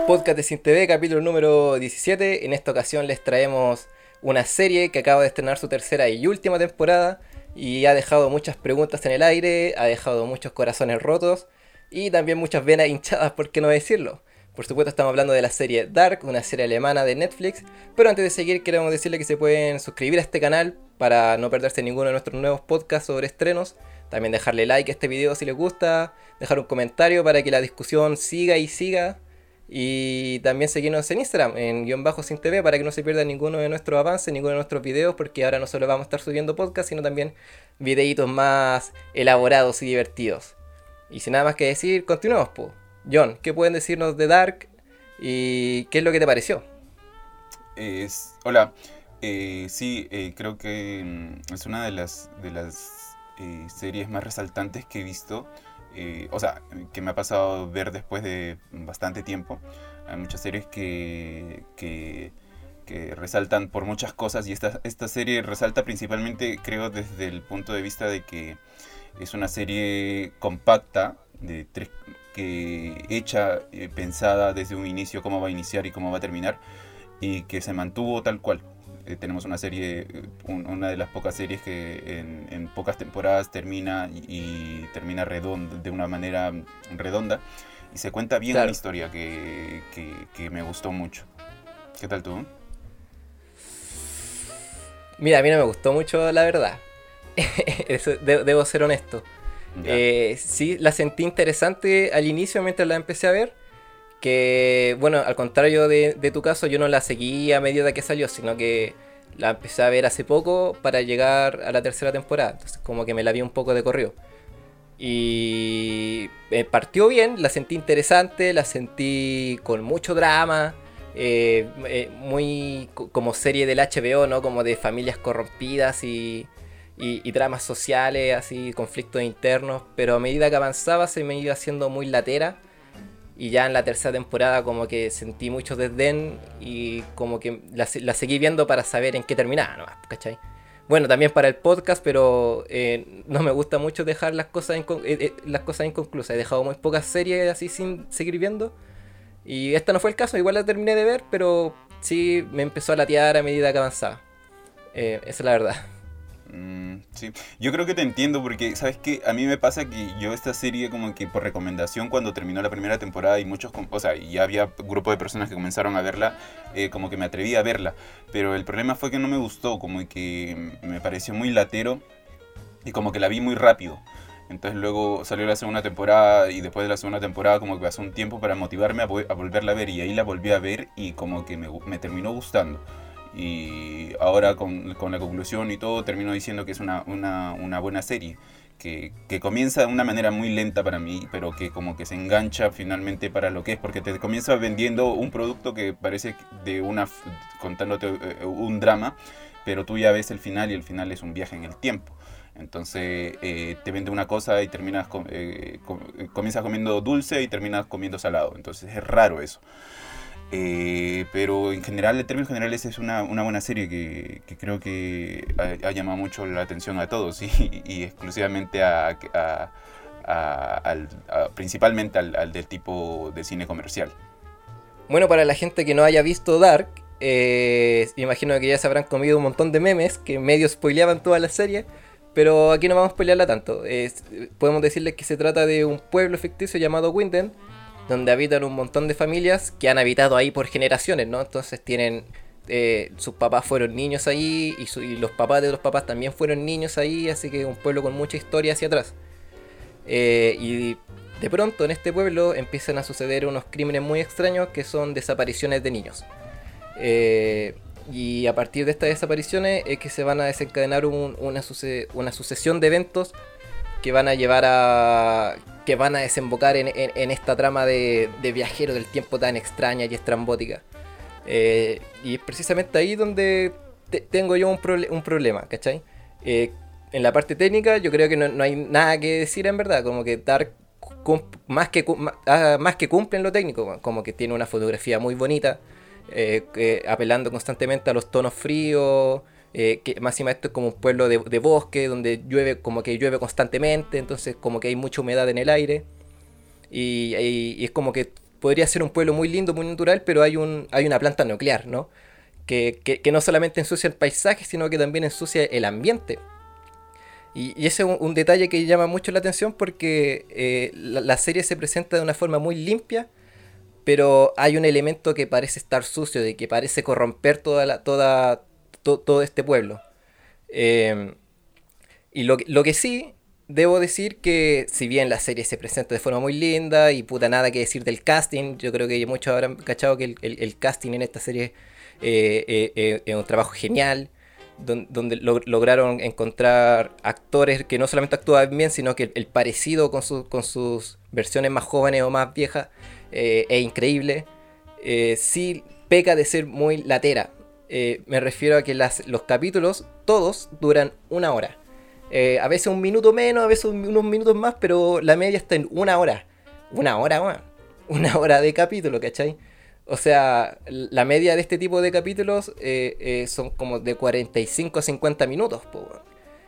Podcast de Sin TV, capítulo número 17. En esta ocasión les traemos una serie que acaba de estrenar su tercera y última temporada y ha dejado muchas preguntas en el aire, ha dejado muchos corazones rotos y también muchas venas hinchadas, por qué no decirlo. Por supuesto estamos hablando de la serie Dark, una serie alemana de Netflix, pero antes de seguir queremos decirles que se pueden suscribir a este canal para no perderse ninguno de nuestros nuevos podcasts sobre estrenos. También dejarle like a este video si les gusta, dejar un comentario para que la discusión siga y siga. Y también seguirnos en Instagram, en _sin_tv, para que no se pierda ninguno de nuestros avances, ninguno de nuestros videos, porque ahora no solo vamos a estar subiendo podcast, sino también videitos más elaborados y divertidos. Y sin nada más que decir, continuemos, po. John, ¿qué pueden decirnos de Dark y qué es lo que te pareció? Hola, sí, creo que es una de las series más resaltantes que he visto. O sea, que me ha pasado ver después de bastante tiempo. Hay muchas series que resaltan por muchas cosas y esta serie resalta principalmente, creo, desde el punto de vista de que es una serie compacta, hecha, pensada desde un inicio, cómo va a iniciar y cómo va a terminar, y que se mantuvo tal cual. Tenemos una serie, una de las pocas series que en pocas temporadas termina y termina de una manera redonda y se cuenta bien. Claro. Una historia que me gustó mucho. ¿Qué tal tú? Mira, a mí no me gustó mucho, la verdad. Debo ser honesto. Sí, la sentí interesante al inicio mientras la empecé a ver. Que, bueno, al contrario de tu caso, yo no la seguí a medida que salió, sino que la empecé a ver hace poco para llegar a la tercera temporada. Entonces como que me la vi un poco de corrido. Y partió bien, la sentí interesante, la sentí con mucho drama, muy como serie del HBO, ¿no? Como de familias corrompidas y dramas sociales, así, conflictos internos. Pero a medida que avanzaba se me iba haciendo muy latera. Y ya en la tercera temporada como que sentí mucho desdén y como que la seguí viendo para saber en qué terminaba, ¿no? ¿Cachai? Bueno, también para el podcast, pero no me gusta mucho dejar las cosas inconclusas. He dejado muy pocas series así sin seguir viendo. Y esta no fue el caso, igual la terminé de ver, pero sí me empezó a latear a medida que avanzaba. Esa es la verdad. Sí, yo creo que te entiendo porque, ¿sabes qué? A mí me pasa que yo esta serie como que por recomendación cuando terminó la primera temporada y muchos, o sea, ya había un grupo de personas que comenzaron a verla, como que me atreví a verla, pero el problema fue que no me gustó, como que me pareció muy latero y como que la vi muy rápido. Entonces luego salió la segunda temporada y después de la segunda temporada como que pasó un tiempo para motivarme a volverla a ver y ahí la volví a ver y como que me terminó gustando. Y ahora con la conclusión y todo termino diciendo que es una buena serie que comienza de una manera muy lenta para mí, pero que como que se engancha finalmente para lo que es, porque te comienza vendiendo un producto que parece contándote un drama, pero tú ya ves el final y el final es un viaje en el tiempo. Entonces te vende una cosa y comienzas comiendo dulce y terminas comiendo salado. Entonces es raro eso. Pero en general, en términos generales, es una buena serie que creo que ha llamado mucho la atención a todos y exclusivamente principalmente al del tipo de cine comercial. Bueno, para la gente que no haya visto Dark, me imagino que ya se habrán comido un montón de memes que medio spoileaban toda la serie, pero aquí no vamos a spoilearla tanto. Podemos decirles que se trata de un pueblo ficticio llamado Winden, donde habitan un montón de familias que han habitado ahí por generaciones, ¿no? Entonces tienen, sus papás fueron niños ahí y los papás de los papás también fueron niños ahí, así que es un pueblo con mucha historia hacia atrás. Y de pronto en este pueblo empiezan a suceder unos crímenes muy extraños que son desapariciones de niños. Y a partir de estas desapariciones es que se van a desencadenar una sucesión de eventos que van a desembocar en esta trama de viajero del tiempo tan extraña y estrambótica. Y es precisamente ahí donde tengo yo un problema, ¿cachai? En la parte técnica yo creo que no hay nada que decir en verdad, como que Dark más que cumple en lo técnico, como que tiene una fotografía muy bonita, apelando constantemente a los tonos fríos. Que más encima esto es como un pueblo de bosque donde llueve, como que llueve constantemente, entonces como que hay mucha humedad en el aire y es como que podría ser un pueblo muy lindo, muy natural, pero hay una planta nuclear, ¿no? Que no solamente ensucia el paisaje, sino que también ensucia el ambiente. Y ese es un detalle que llama mucho la atención porque la serie se presenta de una forma muy limpia, pero hay un elemento que parece estar sucio, de que parece corromper todo este pueblo. Eh, y lo que sí, debo decir que si bien la serie se presenta de forma muy linda y puta nada que decir del casting, yo creo que muchos habrán cachado que el casting en esta serie es un trabajo genial, donde lograron encontrar actores que no solamente actúan bien, sino que el parecido con sus versiones más jóvenes o más viejas es increíble. Sí peca de ser muy latera. Me refiero a que los capítulos todos duran una hora. A veces un minuto menos, a veces unos minutos más, pero la media está en una hora. Una hora, man. Una hora de capítulo, ¿cachai? O sea, la media de este tipo de capítulos son como de 45 a 50 minutos. Po, weón.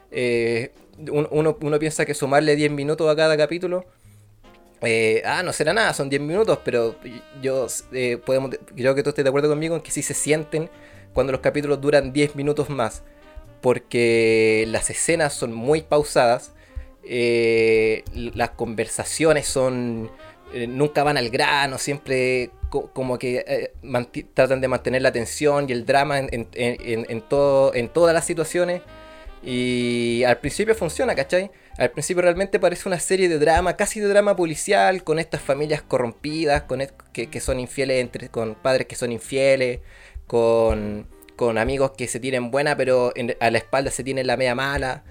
Uno piensa que sumarle 10 minutos a cada capítulo, no será nada, son 10 minutos, pero creo que tú estés de acuerdo conmigo en que sí se sienten cuando los capítulos duran 10 minutos más, porque las escenas son muy pausadas, las conversaciones son nunca van al grano, siempre como que tratan de mantener la tensión y el drama en todas las situaciones. Y al principio funciona, ¿cachai? Al principio realmente parece una serie de drama, casi de drama policial, con estas familias corrompidas, que son infieles, con padres que son infieles, con amigos que se tienen buena, pero a la espalda se tienen la media mala.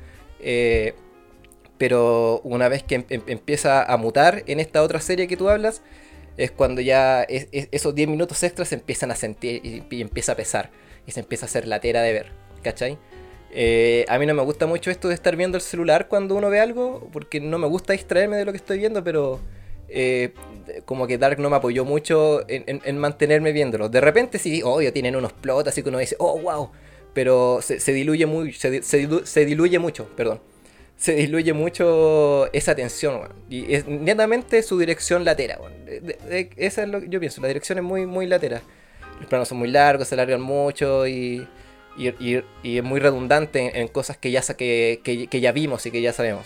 Pero una vez que empieza a mutar en esta otra serie que tú hablas, es cuando ya esos 10 minutos extras se empiezan a sentir y empieza a pesar. Y se empieza a hacer latera de ver, ¿cachai? A mí no me gusta mucho esto de estar viendo el celular cuando uno ve algo, porque no me gusta distraerme de lo que estoy viendo, pero como que Dark no me apoyó mucho en mantenerme viéndolo. De repente sí, obvio, tienen unos plots así que uno dice, oh, wow, pero se diluye mucho, perdón. Se diluye mucho esa tensión, man. Y es netamente su dirección latera, man. Esa es lo que yo pienso, la dirección es muy, muy latera. Los planos son muy largos, se alargan mucho y es muy redundante en cosas que ya vimos y que ya sabemos.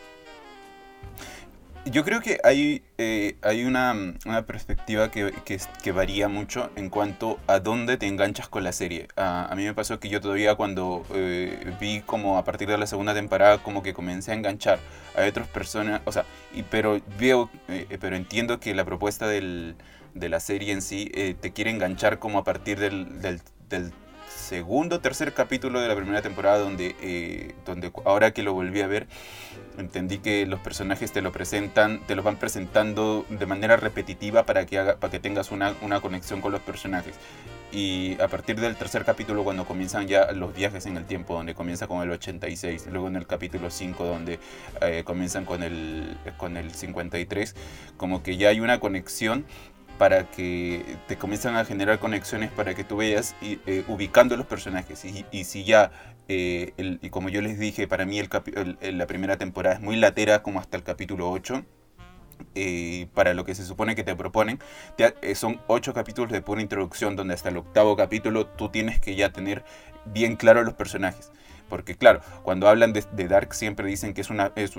Yo creo que hay una perspectiva que varía mucho en cuanto a dónde te enganchas con la serie. A mí me pasó que yo todavía cuando vi como a partir de la segunda temporada como que comencé a enganchar a otras personas, o sea, pero entiendo que la propuesta de la serie en sí te quiere enganchar como a partir del segundo, tercer capítulo de la primera temporada donde ahora que lo volví a ver entendí que los personajes te los van presentando de manera repetitiva para que tengas una conexión con los personajes. Y a partir del tercer capítulo, cuando comienzan ya los viajes en el tiempo, donde comienza con el 86, luego en el capítulo 5, donde comienzan con el 53, como que ya hay una conexión para que te comienzan a generar conexiones para que tú vayas ubicando los personajes. Y si ya, y como yo les dije, para mí la primera temporada es muy latera, como hasta el capítulo 8. Para lo que se supone que te proponen, son 8 capítulos de pura introducción, donde hasta el octavo capítulo tú tienes que ya tener bien claro los personajes. Porque claro, cuando hablan de Dark siempre dicen que es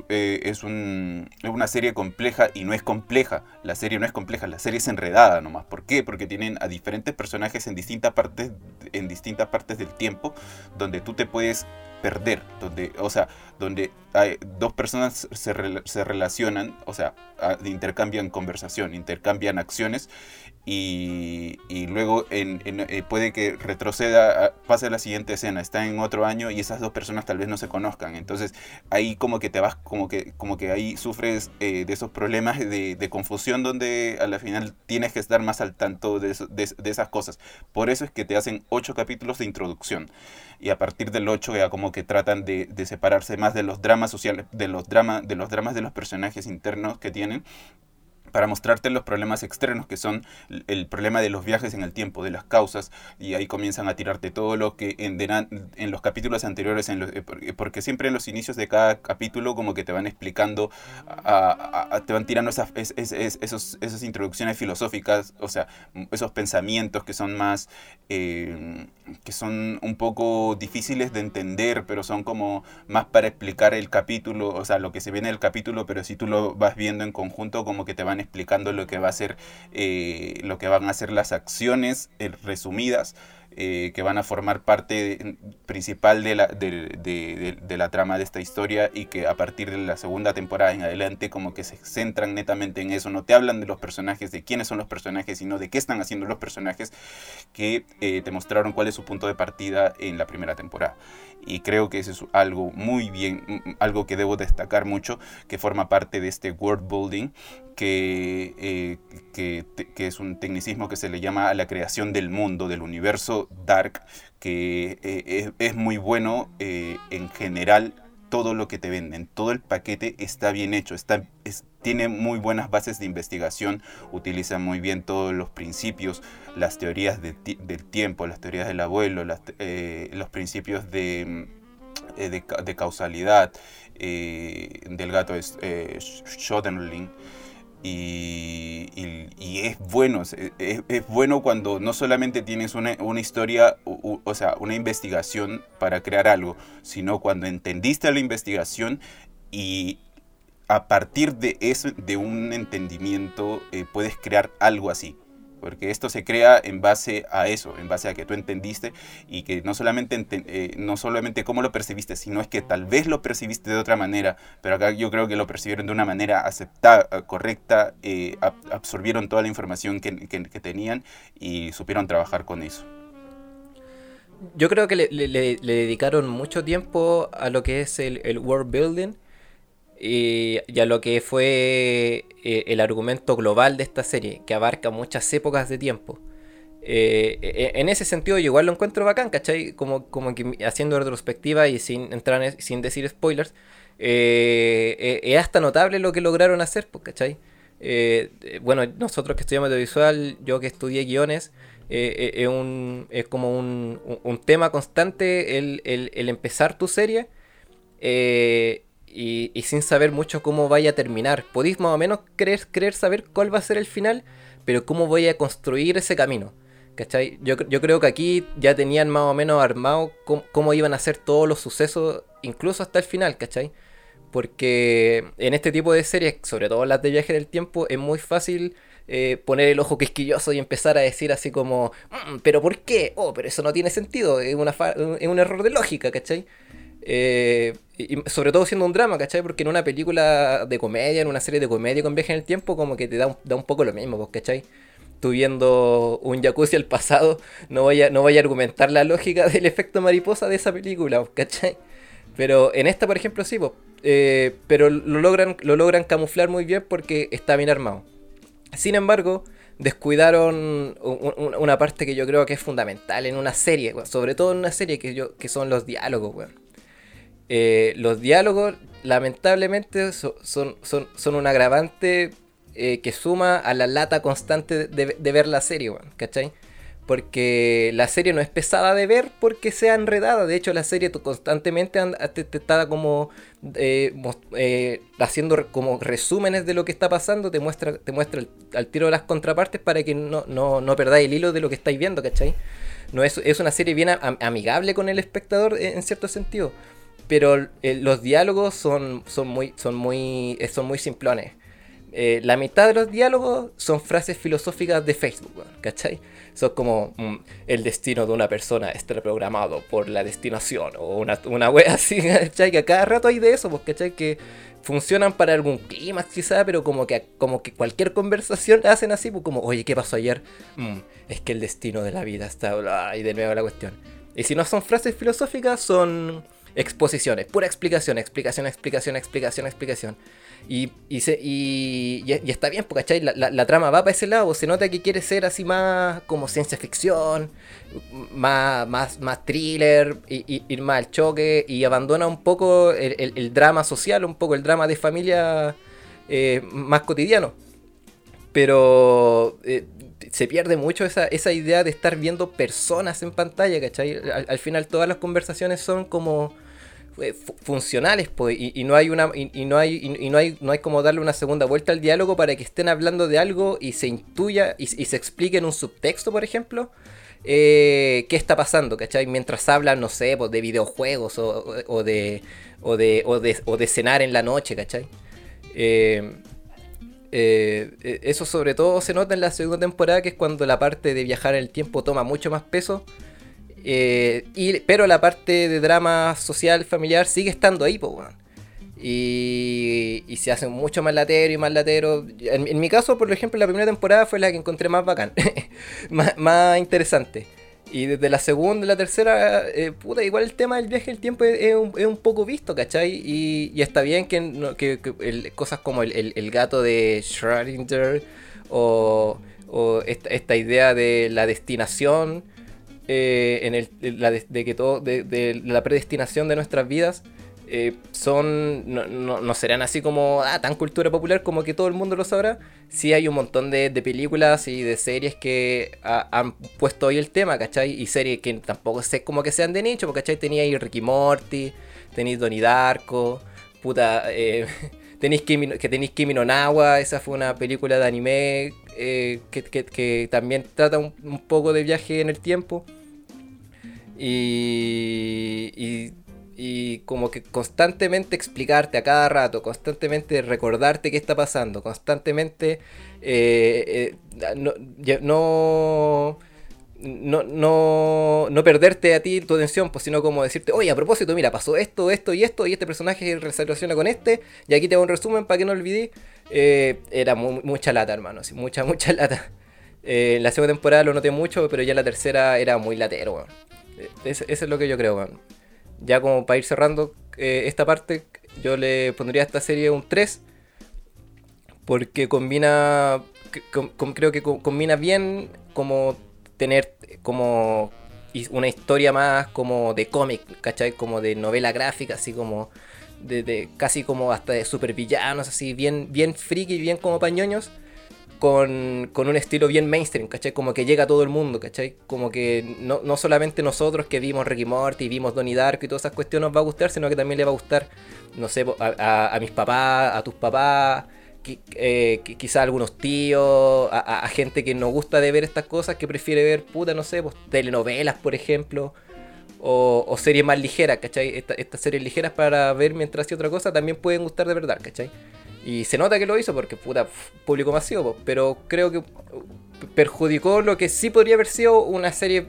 una serie compleja, y no es compleja. La serie no es compleja, la serie es enredada nomás. ¿Por qué? Porque tienen a diferentes personajes en distintas partes del tiempo, donde tú te puedes perder, donde hay dos personas se relacionan, o sea, intercambian conversación, intercambian acciones, y luego puede que retroceda, pase a la siguiente escena, está en otro año y esas dos personas tal vez no se conozcan. Entonces ahí como que te vas, como que ahí sufres de esos problemas de confusión, donde a la final tienes que estar más al tanto de esas cosas. Por eso es que te hacen 8 capítulos de introducción, y a partir del 8 ya como que tratan de separarse más de los dramas sociales, de los dramas de los personajes internos que tienen, para mostrarte los problemas externos, que son el problema de los viajes en el tiempo, de las causas, y ahí comienzan a tirarte todo lo que en los capítulos anteriores, porque siempre en los inicios de cada capítulo como que te van explicando, te van tirando esas introducciones filosóficas, o sea, esos pensamientos que son más, que son un poco difíciles de entender, pero son como más para explicar el capítulo, o sea, lo que se viene del capítulo, pero si tú lo vas viendo en conjunto, como que te van explicando lo que va a ser, lo que van a ser las acciones resumidas, que van a formar parte principal de la trama de esta historia, y que a partir de la segunda temporada en adelante como que se centran netamente en eso. No te hablan de los personajes, de quiénes son los personajes, sino de qué están haciendo los personajes, que te mostraron cuál es su punto de partida en la primera temporada. Y creo que eso es algo muy bien, algo que debo destacar mucho, que forma parte de este world building, que es un tecnicismo que se le llama a la creación del mundo, del universo Dark, que es muy bueno en general. Todo lo que te venden, todo el paquete está bien hecho, tiene muy buenas bases de investigación, utiliza muy bien todos los principios, las teorías del tiempo, las teorías del abuelo, los principios de causalidad del gato Schrodingerling. Y es bueno, es bueno cuando no solamente tienes una historia, o sea, una investigación para crear algo, sino cuando entendiste la investigación y a partir de eso, de un entendimiento, puedes crear algo así. Porque esto se crea en base a eso, en base a que tú entendiste, y que no solamente cómo lo percibiste, sino es que tal vez lo percibiste de otra manera, pero acá yo creo que lo percibieron de una manera aceptada, correcta, absorbieron toda la información que tenían y supieron trabajar con eso. Yo creo que le dedicaron mucho tiempo a lo que es el world building y a lo que fue el argumento global de esta serie, que abarca muchas épocas de tiempo. En ese sentido yo igual lo encuentro bacán, ¿cachai? Como que haciendo retrospectiva y sin entrar sin decir spoilers, es hasta notable lo que lograron hacer, pues, ¿cachai? Bueno, nosotros que estudiamos audiovisual, yo que estudié guiones, es como un tema constante el empezar tu serie, y sin saber mucho cómo vaya a terminar. Podéis más o menos querer saber cuál va a ser el final, pero cómo voy a construir ese camino, ¿cachai? Yo creo que aquí ya tenían más o menos armado cómo iban a ser todos los sucesos, incluso hasta el final, ¿cachai? Porque en este tipo de series, sobre todo las de viaje del tiempo, es muy fácil poner el ojo quisquilloso y empezar a decir así como, ¿pero por qué? Oh, pero eso no tiene sentido, es un error de lógica, ¿cachai? Y sobre todo siendo un drama, ¿cachai? Porque en una película de comedia, en una serie de comedia con viaje en el tiempo, como que te da un poco lo mismo, ¿cachai? Tú viendo un jacuzzi al pasado, no vaya a argumentar la lógica del efecto mariposa de esa película, ¿cachai? Pero en esta, por ejemplo, sí, pero lo logran camuflar muy bien porque está bien armado. Sin embargo, descuidaron una parte que yo creo que es fundamental en una serie, sobre todo en una serie que son los diálogos, weón. Los diálogos, lamentablemente, son un agravante que suma a la lata constante de ver la serie, weón, ¿cachai? Porque la serie no es pesada de ver porque sea enredada. De hecho, la serie constantemente te está como haciendo como resúmenes de lo que está pasando. Te muestra al tiro de las contrapartes para que no perdáis el hilo de lo que estáis viendo, ¿cachai? No es una serie bien amigable con el espectador en cierto sentido. Pero los diálogos son muy simplones. La mitad de los diálogos son frases filosóficas de Facebook, ¿cachai? Son como el destino de una persona está programado por la destinación, o una wea así, ¿cachai? Que a cada rato hay de eso, pues, ¿cachai? Que funcionan para algún clima quizá, pero como que cualquier conversación la hacen así, pues como, oye, ¿qué pasó ayer? Es que el destino de la vida está, y de nuevo la cuestión. Y si no son frases filosóficas, son exposiciones, pura explicación. Y está bien, porque ¿cachai? La trama va para ese lado, se nota que quiere ser así más como ciencia ficción, más thriller, ir más al choque, y abandona un poco el drama social, un poco el drama de familia más cotidiano. pero se pierde mucho esa idea de estar viendo personas en pantalla, ¿cachai? Al final todas las conversaciones son como funcionales, pues, y no hay una y no hay como darle una segunda vuelta al diálogo para que estén hablando de algo y se intuya y se explique en un subtexto, por ejemplo, qué está pasando, ¿cachai? Mientras hablan, no sé, pues, de videojuegos o de cenar en la noche, ¿cachai? Eh, Eso sobre todo se nota en la segunda temporada, que es cuando la parte de viajar en el tiempo toma mucho más peso. Pero la parte de drama social, familiar, sigue estando ahí, pues, weón. Y se hace mucho más latero y más latero. En mi caso, por ejemplo, la primera temporada fue la que encontré más bacán, más interesante. Y desde la segunda y la tercera, puta, igual el tema del viaje en el tiempo es un poco visto, ¿cachai? Y está bien que cosas como el gato de Schrödinger o esta idea de la destinación, de que todo, de la predestinación de nuestras vidas, no serán así como tan cultura popular como que todo el mundo lo sabrá. Sí hay un montón de películas y de series que han puesto hoy el tema, ¿cachai? Y series que tampoco sé como que sean de nicho, porque, ¿cachai? Tenía ahí Ricky Morty, tenéis Donnie Darko, puta, tenéis Kimi no Nawa, esa fue una película de anime que también trata un poco de viaje en el tiempo. Y como que constantemente explicarte a cada rato, constantemente recordarte qué está pasando, constantemente no, no perderte a ti tu atención, pues, sino como decirte, oye, a propósito, mira, pasó esto, esto y esto, y este personaje se relaciona con este, y aquí te hago un resumen para que no olvides. Era mucha lata, hermano, sí, mucha lata. En la segunda temporada lo noté mucho, pero ya en la tercera era muy latero, weón. Eso es lo que yo creo, weón. Ya como para ir cerrando esta parte, yo le pondría a esta serie un 3, porque creo que combina bien como tener como una historia más como de cómic, ¿cachai? Como de novela gráfica, así como casi como hasta de supervillanos, así bien friki, bien como pañoños, con un estilo bien mainstream, ¿cachai? Como que llega a todo el mundo, ¿cachai? Como que no solamente nosotros que vimos Ricky Morty, vimos Donnie Darko y todas esas cuestiones nos va a gustar, sino que también le va a gustar, no sé, a mis papás, a tus papás, quizá a algunos tíos, a gente que nos gusta de ver estas cosas, que prefiere ver, puta, no sé, pues, telenovelas, por ejemplo, o series más ligeras, ¿cachai? Estas series ligeras para ver mientras hacía otra cosa también pueden gustar de verdad, ¿cachai? Y se nota que lo hizo porque, puta, público masivo, pero creo que perjudicó lo que sí podría haber sido una serie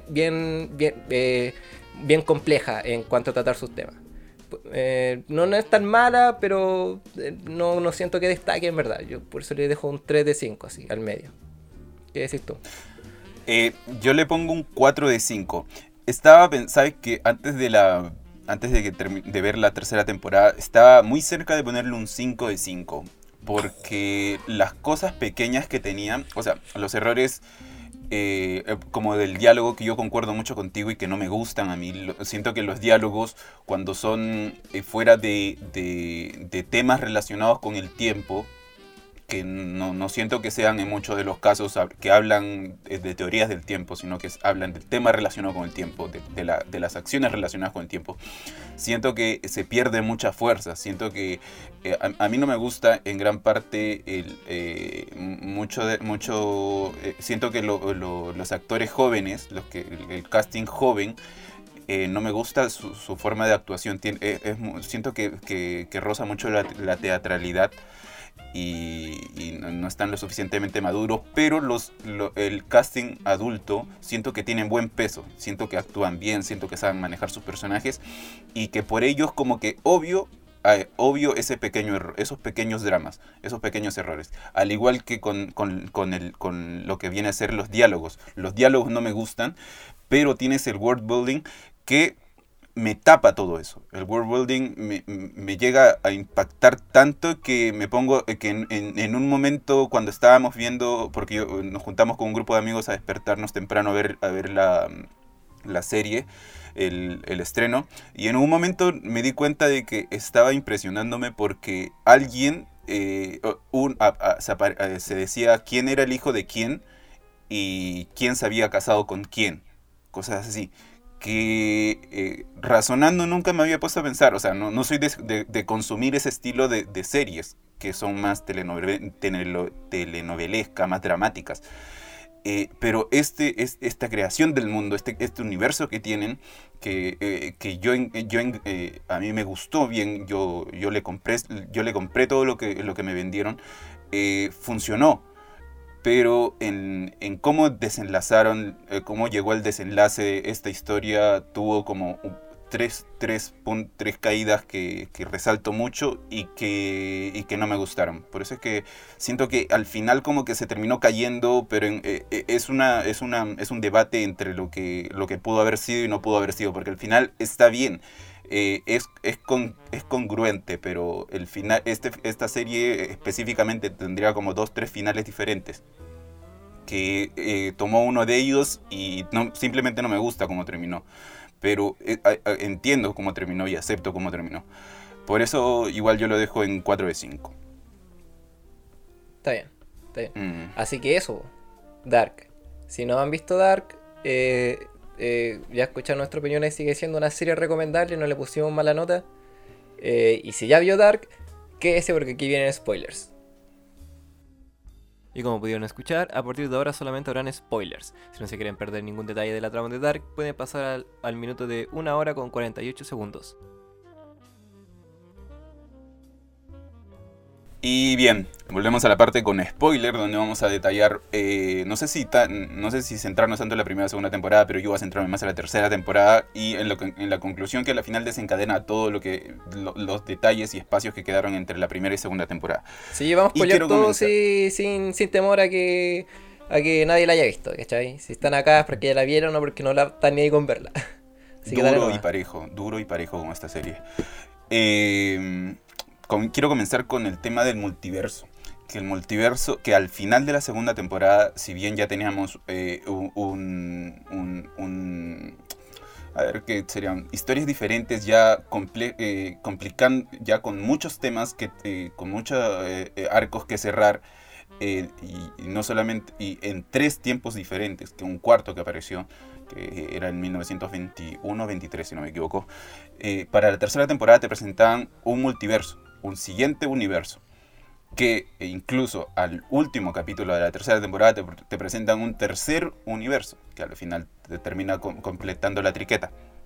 bien compleja en cuanto a tratar sus temas. No es tan mala, pero no siento que destaque, en verdad. Yo por eso le dejo un 3 de 5, así, al medio. ¿Qué decís tú? Yo le pongo un 4 de 5. ¿Sabes que antes de ver la tercera temporada, estaba muy cerca de ponerle un 5 de 5? Porque las cosas pequeñas que tenían, o sea, los errores como del diálogo, que yo concuerdo mucho contigo y que no me gustan a mí. Siento que los diálogos, cuando son fuera de temas relacionados con el tiempo, que no siento que sean en muchos de los casos que hablan de teorías del tiempo, sino que hablan del tema relacionado con el tiempo, de las acciones relacionadas con el tiempo. Siento que se pierde mucha fuerza, siento que a mí no me gusta en gran parte siento que los actores jóvenes, el casting joven, no me gusta su forma de actuación. Siento que roza mucho la teatralidad y no están lo suficientemente maduros, pero el casting adulto siento que tienen buen peso, siento que actúan bien, siento que saben manejar sus personajes y que por ellos como que obvio esos pequeños dramas, esos pequeños errores, al igual que con lo que viene a ser los diálogos no me gustan, pero tienes el world building que me tapa todo eso. El world building me llega a impactar tanto que me pongo que en un momento cuando estábamos viendo, porque nos juntamos con un grupo de amigos a despertarnos temprano a ver la serie, el estreno, y en un momento me di cuenta de que estaba impresionándome porque alguien se decía quién era el hijo de quién y quién se había casado con quién, cosas así, que razonando nunca me había puesto a pensar. O sea, no soy de consumir ese estilo de series, que son más telenovelescas, más dramáticas. Pero esta creación del mundo, este universo que tienen, que a mí me gustó bien, yo le compré todo lo que me vendieron, funcionó. Pero en cómo desenlazaron, cómo llegó el desenlace, esta historia tuvo como tres caídas que resalto mucho y que no me gustaron. Por eso es que siento que al final como que se terminó cayendo, pero es un debate entre lo que pudo haber sido y no pudo haber sido, porque al final está bien. Es congruente, pero el final, esta serie específicamente tendría como 2-3 finales diferentes. Que tomó uno de ellos y simplemente no me gusta cómo terminó. Pero entiendo cómo terminó y acepto cómo terminó. Por eso igual yo lo dejo en 4 de 5. Está bien, está bien. Así que eso, Dark. Si no han visto Dark, ya escucharon nuestra opinión, sigue siendo una serie recomendable, no le pusimos mala nota. Y si ya vio Dark, quédese porque aquí vienen spoilers. Y como pudieron escuchar, a partir de ahora solamente habrán spoilers. Si no se quieren perder ningún detalle de la trama de Dark, pueden pasar al minuto de 1 hora con 48 segundos. Y bien, volvemos a la parte con spoiler, donde vamos a detallar, no sé si centrarnos tanto en la primera o segunda temporada, pero yo voy a centrarme más en la tercera temporada y en la conclusión que al final desencadena todo los detalles y espacios que quedaron entre la primera y segunda temporada. Sí, vamos a spoiler todo sin temor a que nadie la haya visto, ¿cachai? Si están acá es porque ya la vieron o porque no están ni ahí con verla. Así duro y parejo con esta serie. Quiero comenzar con el tema del multiverso. Que al final de la segunda temporada, si bien ya teníamos a ver, que serían historias diferentes, ya ya con muchos temas, con muchos arcos que cerrar, y no solamente en 3 tiempos diferentes, que un cuarto que apareció, que era en 1921-23, si no me equivoco. Para la tercera temporada te presentaban un multiverso, un siguiente universo, que incluso al último capítulo de la tercera temporada te presentan un tercer universo, que al final te termina completando la triqueta.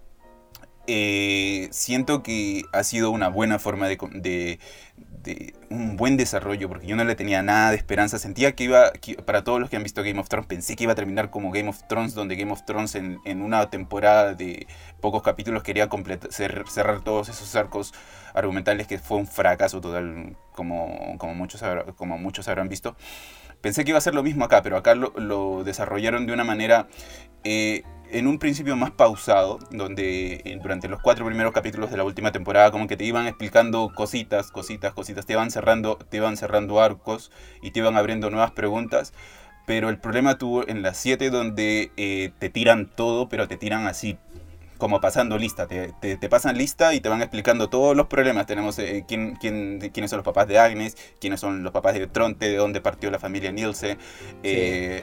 Siento que ha sido una buena forma de un buen desarrollo, porque yo no le tenía nada de esperanza. Sentía que para todos los que han visto Game of Thrones, pensé que iba a terminar como Game of Thrones, donde Game of Thrones en una temporada de pocos capítulos quería cerrar todos esos arcos argumentales, que fue un fracaso total, como muchos habrán visto. Pensé que iba a ser lo mismo acá, pero acá lo desarrollaron de una manera, en un principio más pausado, donde durante los 4 primeros capítulos de la última temporada como que te iban explicando cositas, te iban cerrando arcos y te iban abriendo nuevas preguntas. Pero el problema tuvo en las 7, donde te tiran todo, pero te tiran así, como pasando lista. Te pasan lista y te van explicando todos los problemas. Tenemos quiénes son los papás de Agnes, quiénes son los papás de Tronte, de dónde partió la familia Nielsen. Sí.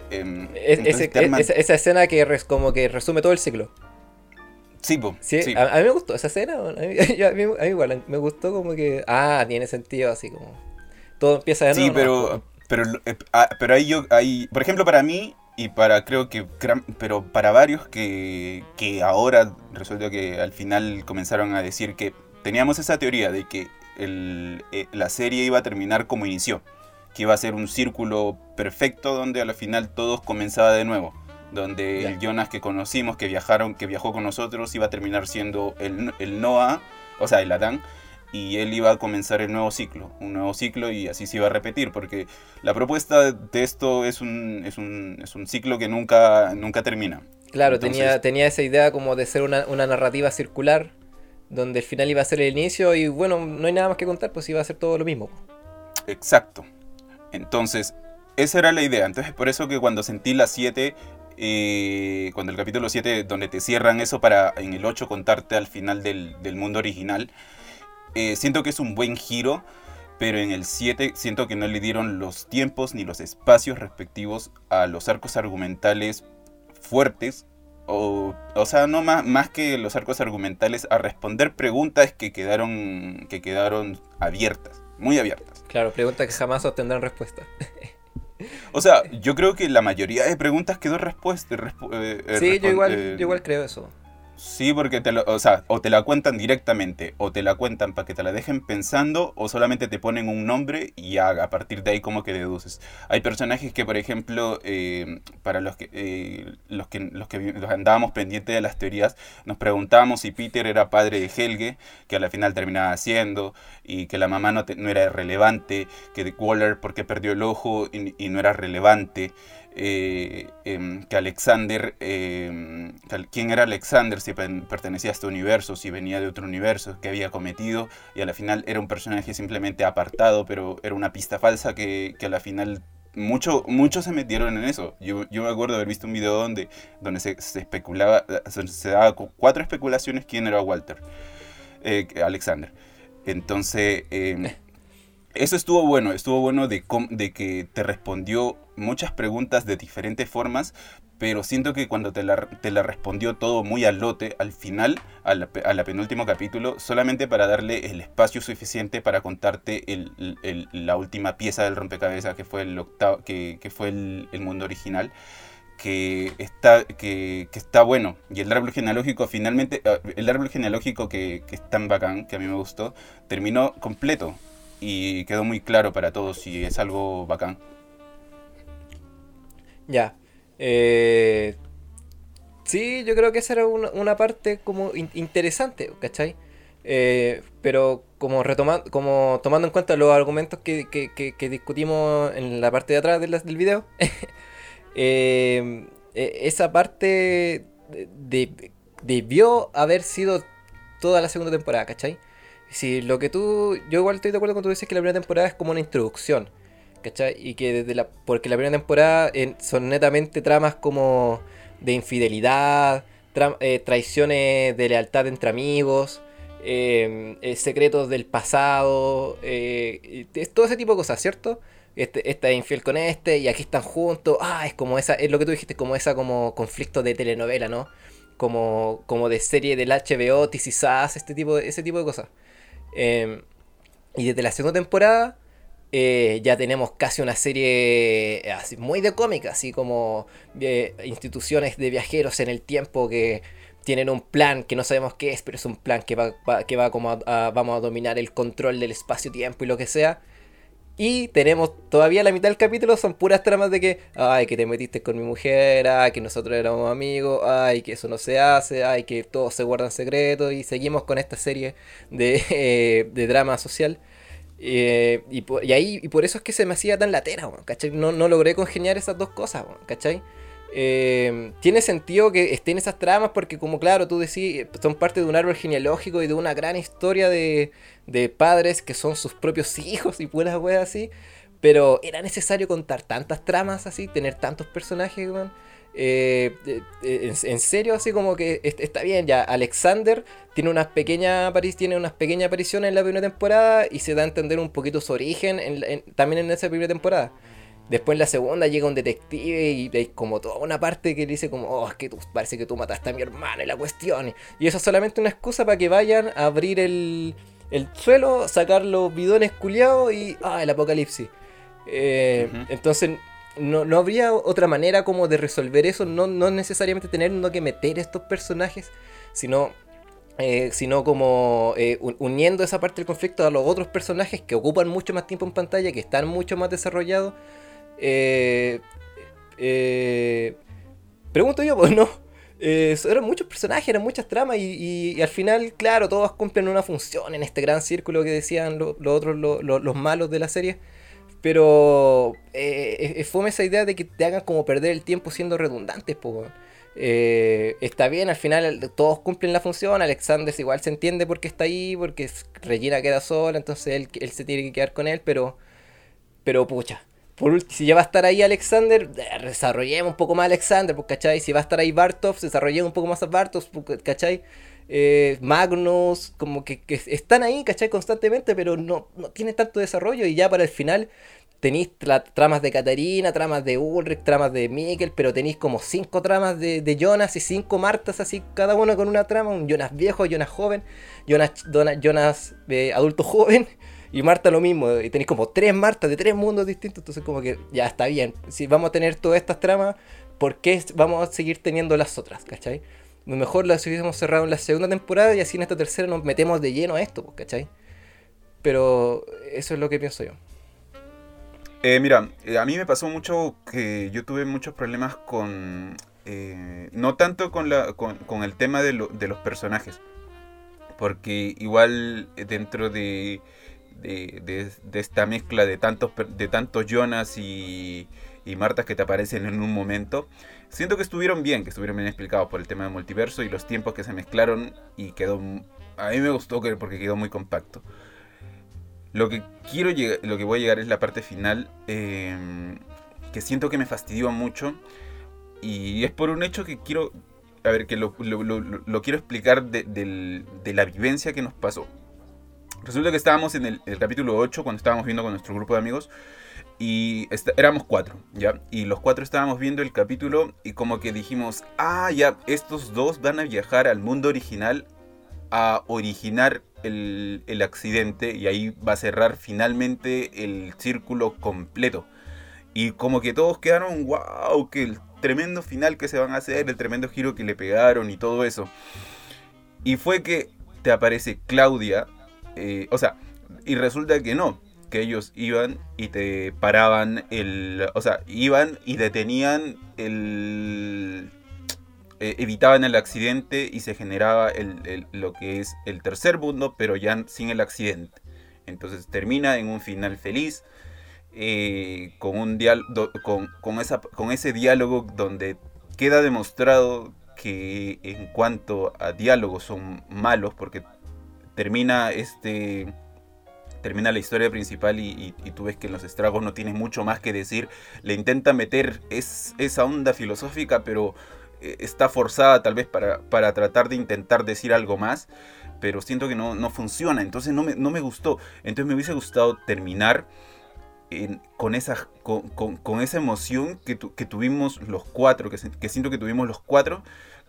Esa escena que como que resume todo el ciclo. Sí, sí. A mí me gustó esa escena. A mí igual me gustó, como que tiene sentido, así como todo empieza de nuevo. Sí, pero ahí, por ejemplo, para mí, y pero para varios que ahora resulta que al final comenzaron a decir que teníamos esa teoría de que la serie iba a terminar como inició, que iba a ser un círculo perfecto donde al final todos comenzaba de nuevo, donde el Jonas que conocimos, que viajó con nosotros, iba a terminar siendo el Noah, o sea, el Adán, y él iba a comenzar un nuevo ciclo, y así se iba a repetir, porque la propuesta de esto es un ciclo que nunca termina. Claro, entonces, tenía esa idea como de ser una narrativa circular, donde el final iba a ser el inicio, y bueno, no hay nada más que contar, pues iba a ser todo lo mismo. Exacto. Entonces, esa era la idea. Entonces, por eso que cuando sentí las 7, cuando el capítulo 7, donde te cierran eso para en el 8 contarte al final del mundo original, siento que es un buen giro, pero en el 7 siento que no le dieron los tiempos ni los espacios respectivos a los arcos argumentales fuertes, o sea, no más que los arcos argumentales, a responder preguntas que quedaron abiertas, muy abiertas. Claro, preguntas que jamás obtendrán respuesta. O sea, yo creo que la mayoría de preguntas quedó respuesta. Sí, yo igual creo eso. Sí, porque o te la cuentan directamente, o te la cuentan para que te la dejen pensando, o solamente te ponen un nombre y ya, a partir de ahí como que deduces. Hay personajes que, por ejemplo, para los que andábamos pendientes de las teorías, nos preguntábamos si Peter era padre de Helge, que a la final terminaba siendo, y que la mamá no era relevante, que de Waller porque perdió el ojo y no era relevante. Que Alexander, quién era Alexander, si pertenecía a este universo, si venía de otro universo, que había cometido, y a la final era un personaje simplemente apartado, pero era una pista falsa que a la final muchos se metieron en eso. Yo me acuerdo haber visto un video donde se especulaba, se daba 4 especulaciones quién era Walter, Alexander. Entonces eso estuvo bueno de que te respondió muchas preguntas de diferentes formas, pero siento que cuando te la respondió todo muy al lote, al final, a la penúltimo capítulo, solamente para darle el espacio suficiente para contarte la última pieza del rompecabezas, que fue el octavo, que fue el mundo original, que está bueno. Y el árbol genealógico finalmente, el árbol genealógico que es tan bacán, que a mí me gustó, terminó completo. Y quedó muy claro para todos y es algo bacán. Ya. Sí, yo creo que esa era una parte como interesante, ¿cachai? Pero como tomando en cuenta los argumentos que discutimos en la parte de atrás del video, esa parte debió haber sido toda la segunda temporada, ¿cachai? Si lo que yo igual estoy de acuerdo con tú dices que la primera temporada es como una introducción, ¿cachai? Y que porque la primera temporada son netamente tramas como de infidelidad, traiciones de lealtad entre amigos, secretos del pasado, todo ese tipo de cosas, ¿cierto? Esta es infiel con y aquí están juntos. Es como es lo que tú dijiste, como esa como conflicto de telenovela, ¿no? Como de serie del HBO, This Is Us, ese tipo de cosas. Y desde la segunda temporada ya tenemos casi una serie así, muy de cómica, así como instituciones de viajeros en el tiempo que tienen un plan que no sabemos qué es, pero es un plan que va como vamos a dominar el control del espacio-tiempo y lo que sea. Y tenemos todavía la mitad del capítulo, son puras tramas de que, que te metiste con mi mujer, que nosotros éramos amigos, que eso no se hace, que todos se guardan secretos, y seguimos con esta serie de drama social. Y por eso es que se me hacía tan latera, ¿cachai? No logré congeniar esas dos cosas, ¿cachai? Tiene sentido que estén esas tramas porque, como claro, tú decís, son parte de un árbol genealógico y de una gran historia de padres que son sus propios hijos y puras weas así. Pero era necesario contar tantas tramas así, tener tantos personajes, weón. En serio, así como que está bien, ya Alexander tiene unas pequeñas apariciones en la primera temporada y se da a entender un poquito su origen también en esa primera temporada. Después en la segunda llega un detective y hay como toda una parte que le dice como, es que parece que tú mataste a mi hermana y la cuestión. Y eso es solamente una excusa para que vayan a abrir el suelo, sacar los bidones culiados y el apocalipsis. Entonces no habría otra manera como de resolver eso, no necesariamente teniendo que meter estos personajes, sino como uniendo esa parte del conflicto a los otros personajes que ocupan mucho más tiempo en pantalla, que están mucho más desarrollados. Pregunto yo, pues no. Eran muchos personajes, eran muchas tramas y al final, claro, todos cumplen una función en este gran círculo que decían los malos de la serie. Pero fome esa idea de que te hagan como perder el tiempo siendo redundantes, pues. Está bien, al final todos cumplen la función. Alexander igual se entiende porque está ahí, porque Regina queda sola, entonces él se tiene que quedar con él, pero pucha. Si ya va a estar ahí Alexander, desarrollemos un poco más a Alexander, ¿cachai? Si va a estar ahí Bartov, desarrollemos un poco más a Bartov, ¿cachai? Magnus, como que están ahí, ¿cachai? Constantemente, pero no tiene tanto desarrollo y ya para el final tenéis tramas de Katarina, tramas de Ulrich, tramas de Mikkel, pero tenéis como 5 tramas de Jonas y 5 Martas, así, cada uno con una trama, un Jonas viejo, Jonas joven, Jonas adulto joven, y Marta lo mismo, y tenéis como 3 Martas de 3 mundos distintos, entonces como que ya está bien, si vamos a tener todas estas tramas, ¿por qué vamos a seguir teniendo las otras, cachai? Mejor las hubiésemos cerrado en la segunda temporada y así en esta tercera nos metemos de lleno a esto, pues, ¿cachai? Pero eso es lo que pienso yo. Mira, a mí me pasó mucho que yo tuve muchos problemas con... no tanto con el tema de los personajes, porque igual dentro de esta mezcla de tantos Jonas y Martas que te aparecen en un momento, siento que estuvieron bien explicados por el tema del multiverso y los tiempos que se mezclaron y quedó... A mí me gustó porque quedó muy compacto. Lo que voy a llegar es la parte final, que siento que me fastidió mucho y es por un hecho que quiero, a ver, que lo quiero explicar de la vivencia que nos pasó. Resulta que estábamos en el capítulo 8 cuando estábamos viendo con nuestro grupo de amigos y éramos 4, ¿ya? Y los 4 estábamos viendo el capítulo y como que dijimos, ah, ya, estos dos van a viajar al mundo original a originar el accidente y ahí va a cerrar finalmente el círculo completo. Y como que todos quedaron, wow, que el tremendo final que se van a hacer, el tremendo giro que le pegaron y todo eso. Y fue que te aparece Claudia, o sea, y resulta que no, que ellos iban y te paraban o sea, iban y detenían evitaban el accidente y se generaba lo que es el tercer mundo, pero ya sin el accidente. Entonces termina en un final feliz, con ese diálogo donde queda demostrado que en cuanto a diálogos son malos, porque termina termina la historia principal y tú ves que en los estragos no tienes mucho más que decir. Le intenta meter esa onda filosófica, pero está forzada tal vez para tratar de intentar decir algo más, pero siento que no funciona, entonces no me gustó. Entonces me hubiese gustado terminar con esa emoción que tuvimos los 4, que siento que tuvimos los 4,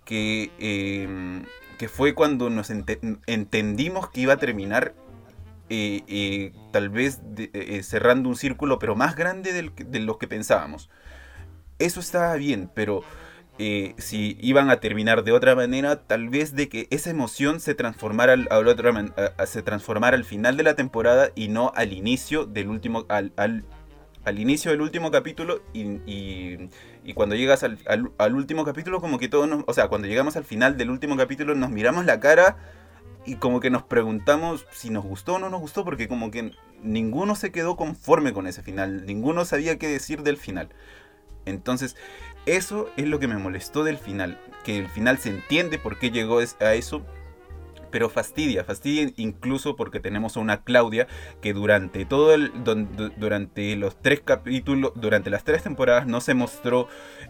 que fue cuando nos entendimos que iba a terminar, tal vez cerrando un círculo, pero más grande de lo que pensábamos. Eso estaba bien, pero si iban a terminar de otra manera, tal vez de que esa emoción se transformara se transformara al final de la temporada y no al inicio del último al inicio del último capítulo y cuando llegas al último capítulo como que todos o sea, cuando llegamos al final del último capítulo nos miramos la cara y como que nos preguntamos si nos gustó o no nos gustó, porque como que ninguno se quedó conforme con ese final, ninguno sabía qué decir del final. Entonces, eso es lo que me molestó del final, que el final se entiende por qué llegó a eso, pero fastidia incluso porque tenemos a una Claudia que durante durante los 3 capítulos, durante las 3 temporadas no se mostró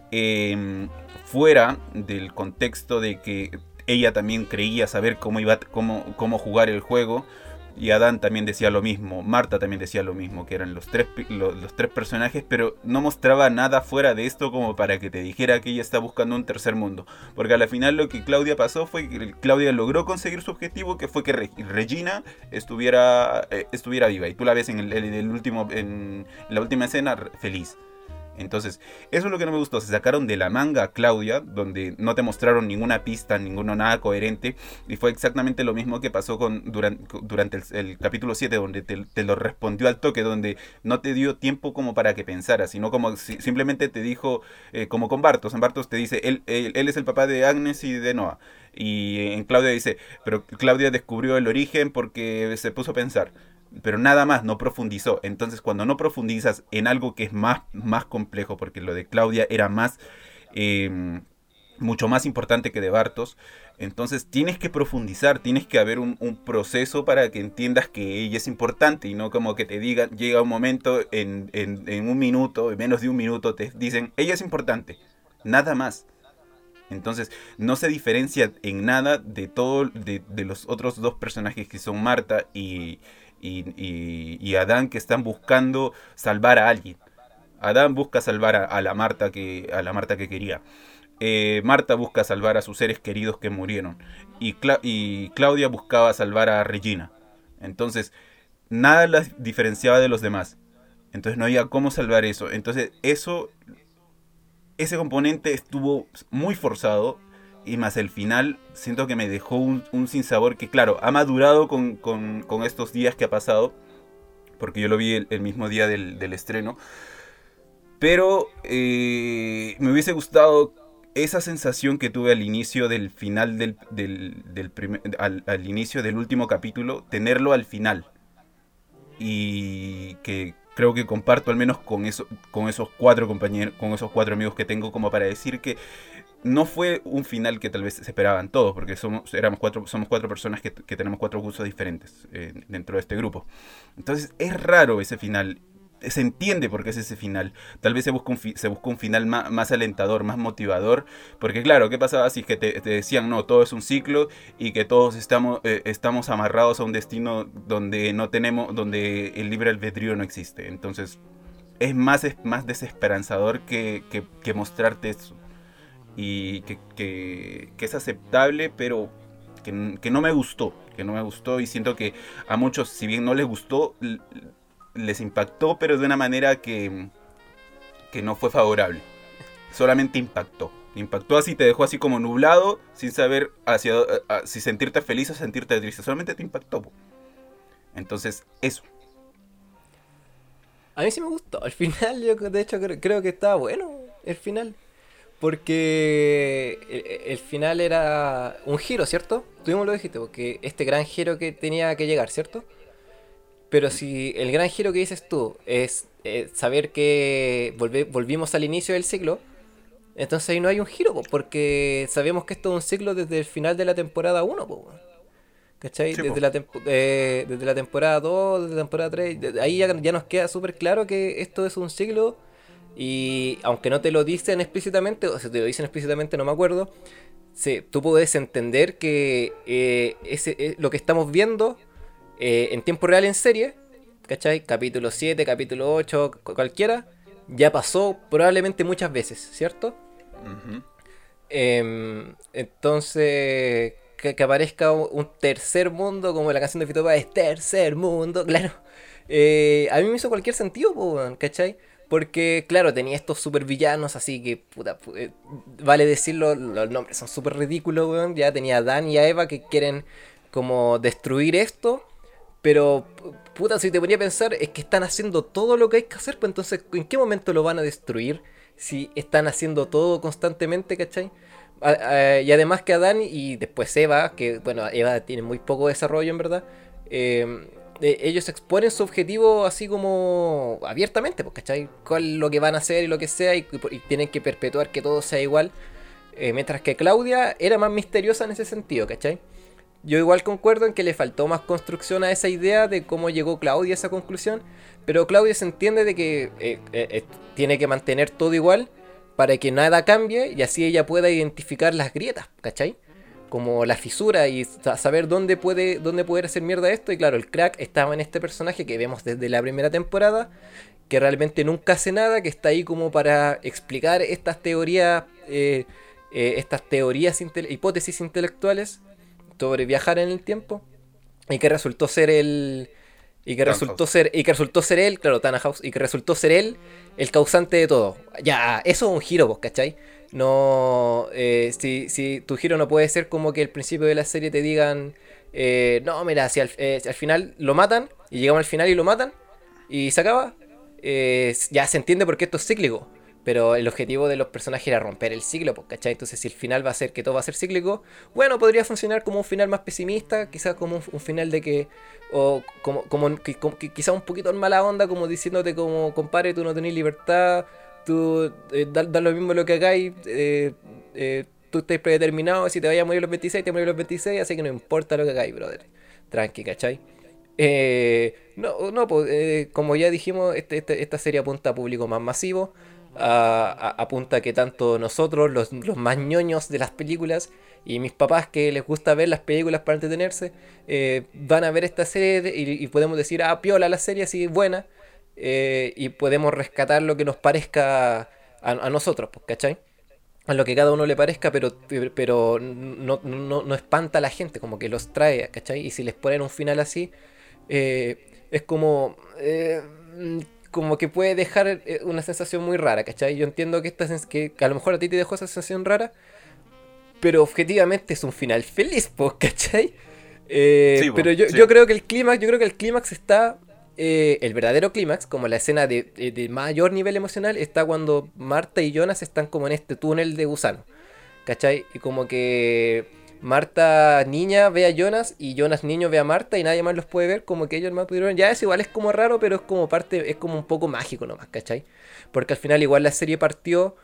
fuera del contexto de que ella también creía saber cómo jugar el juego. Y Adán también decía lo mismo, Marta también decía lo mismo, que eran los tres personajes, pero no mostraba nada fuera de esto como para que te dijera que ella está buscando un tercer mundo. Porque al final lo que Claudia pasó fue que Claudia logró conseguir su objetivo, que fue que Regina estuviera viva. Y tú la ves en la última escena feliz. Entonces, eso es lo que no me gustó. Se sacaron de la manga a Claudia, donde no te mostraron ninguna pista, nada coherente. Y fue exactamente lo mismo que pasó durante el capítulo 7, donde te lo respondió al toque, donde no te dio tiempo como para que pensaras, sino como simplemente te dijo, como con Bartos. En Bartos te dice, él es el papá de Agnes y de Noah. Y en Claudia dice, pero Claudia descubrió el origen porque se puso a pensar. Pero nada más, no profundizó. Entonces cuando no profundizas en algo que es más complejo, porque lo de Claudia era mucho más importante que de Bartos, entonces tienes que profundizar, tienes que haber un proceso para que entiendas que ella es importante y no como que te digan, llega un momento en un minuto, en menos de un minuto te dicen, ella es importante, nada más. Entonces, no se diferencia en nada de los otros dos personajes que son Marta y Adán, que están buscando salvar a alguien. Adán busca salvar a la Marta a la Marta que quería. Marta busca salvar a sus seres queridos que murieron. Y Claudia buscaba salvar a Regina. Entonces, nada las diferenciaba de los demás. Entonces no había cómo salvar eso. Entonces ese componente estuvo muy forzado. Y más el final, siento que me dejó un sinsabor que, claro, ha madurado con estos días que ha pasado. Porque yo lo vi el mismo día del estreno. Pero me hubiese gustado esa sensación que tuve al inicio del final al inicio del último capítulo, tenerlo al final. Y que creo que comparto al menos con esos 4 compañeros, con esos 4 amigos que tengo, como para decir que no fue un final que tal vez se esperaban todos, porque somos 4 personas que tenemos 4 gustos diferentes dentro de este grupo. Entonces es raro ese final. Se entiende por qué es ese final. Tal vez se busca un final más alentador, más motivador. Porque claro, ¿qué pasaba si es que te decían, no, todo es un ciclo y que todos estamos amarrados a un destino donde donde el libre albedrío no existe? Entonces es más desesperanzador que mostrarte eso. Y que es aceptable, pero que no me gustó. Que no me gustó, y siento que a muchos, si bien no les gustó, les impactó, pero de una manera que no fue favorable. Solamente impactó. Impactó así, te dejó así como nublado, sin saber si sentirte feliz o sentirte triste. Solamente te impactó. Entonces, eso. A mí sí me gustó. Al final, yo de hecho creo que estaba bueno el final. Porque el final era un giro, ¿cierto? Tú mismo lo dijiste, porque este gran giro que tenía que llegar, ¿cierto? Pero si el gran giro que dices tú es saber que volvimos al inicio del ciclo, entonces ahí no hay un giro, po, porque sabemos que esto es un ciclo desde el final de la temporada 1, po, ¿cachai? Sí, Desde la temporada 2, desde la temporada 3, ahí ya nos queda súper claro que esto es un ciclo. Y aunque no te lo dicen explícitamente, o si te lo dicen explícitamente no me acuerdo, tú puedes entender que lo que estamos viendo en tiempo real en serie, ¿cachai? Capítulo 7, capítulo 8, cualquiera, ya pasó probablemente muchas veces, ¿cierto? Uh-huh. Entonces, que aparezca un tercer mundo, como la canción de Fito Páez, tercer mundo, claro. A mí me hizo cualquier sentido, ¿cachai? Porque, claro, tenía estos super villanos, así que, puta, vale decirlo, los nombres son súper ridículos, weón. Ya tenía a Dan y a Eva que quieren como destruir esto. Pero, puta, si te ponía a pensar, es que están haciendo todo lo que hay que hacer, pues entonces, ¿en qué momento lo van a destruir? Si están haciendo todo constantemente, ¿cachai? Y además que Adán y después Eva, que, bueno, Eva tiene muy poco desarrollo, en verdad. Ellos exponen su objetivo así como abiertamente, pues, ¿cachai? Cuál es lo que van a hacer y lo que sea, y tienen que perpetuar que todo sea igual. Mientras que Claudia era más misteriosa en ese sentido, ¿cachai? Yo igual concuerdo en que le faltó más construcción a esa idea de cómo llegó Claudia a esa conclusión, pero Claudia se entiende de que tiene que mantener todo igual para que nada cambie y así ella pueda identificar las grietas, ¿cachai? Como la fisura y saber dónde poder hacer mierda esto. Y claro, el crack estaba en este personaje que vemos desde la primera temporada, que realmente nunca hace nada, que está ahí como para explicar estas teorías, hipótesis intelectuales sobre viajar en el tiempo, y que resultó ser él, claro, Tannhaus, y que resultó ser él el causante de todo. Ya, eso es un giro, vos, ¿cachai? No, si tu giro no puede ser como que al principio de la serie te digan, no, mira, si al final lo matan, y llegamos al final y lo matan, y se acaba, ya se entiende por qué esto es cíclico. Pero el objetivo de los personajes era romper el ciclo, pues, ¿cachai? Entonces si el final va a ser que todo va a ser cíclico, bueno, podría funcionar como un final más pesimista, quizás como un final de que, o quizás un poquito en mala onda, como diciéndote como, compadre, tú no tenés libertad, tú da lo mismo lo que hagáis, tú estás predeterminado, si te vayas a morir a los 26, te morir a los 26, así que no importa lo que hagáis, brother. Tranqui, ¿cachai? No, pues, como ya dijimos, esta serie apunta a público más masivo, apunta a que tanto nosotros, los más ñoños de las películas, y mis papás que les gusta ver las películas para entretenerse, van a ver esta serie y podemos decir, ah, piola la serie, así buena, y podemos rescatar lo que nos parezca a nosotros, pues, ¿cachai? A lo que cada uno le parezca, pero no espanta a la gente, como que los trae, ¿cachai? Y si les ponen un final así, es como que puede dejar una sensación muy rara, ¿cachai? Yo entiendo que a lo mejor a ti te dejó esa sensación rara, pero objetivamente es un final feliz, pues, ¿cachai? Sí, Pero po, yo sí. creo que el clímax está, el verdadero clímax, como la escena de mayor nivel emocional, está cuando Marta y Jonas están como en este túnel de gusano, ¿cachai? Y como que Marta niña ve a Jonas y Jonas niño ve a Marta y nadie más los puede ver, como que ellos más pudieron. Ya es igual, es como raro, pero es como parte, es como un poco mágico nomás, ¿cachai? Porque al final igual la serie partió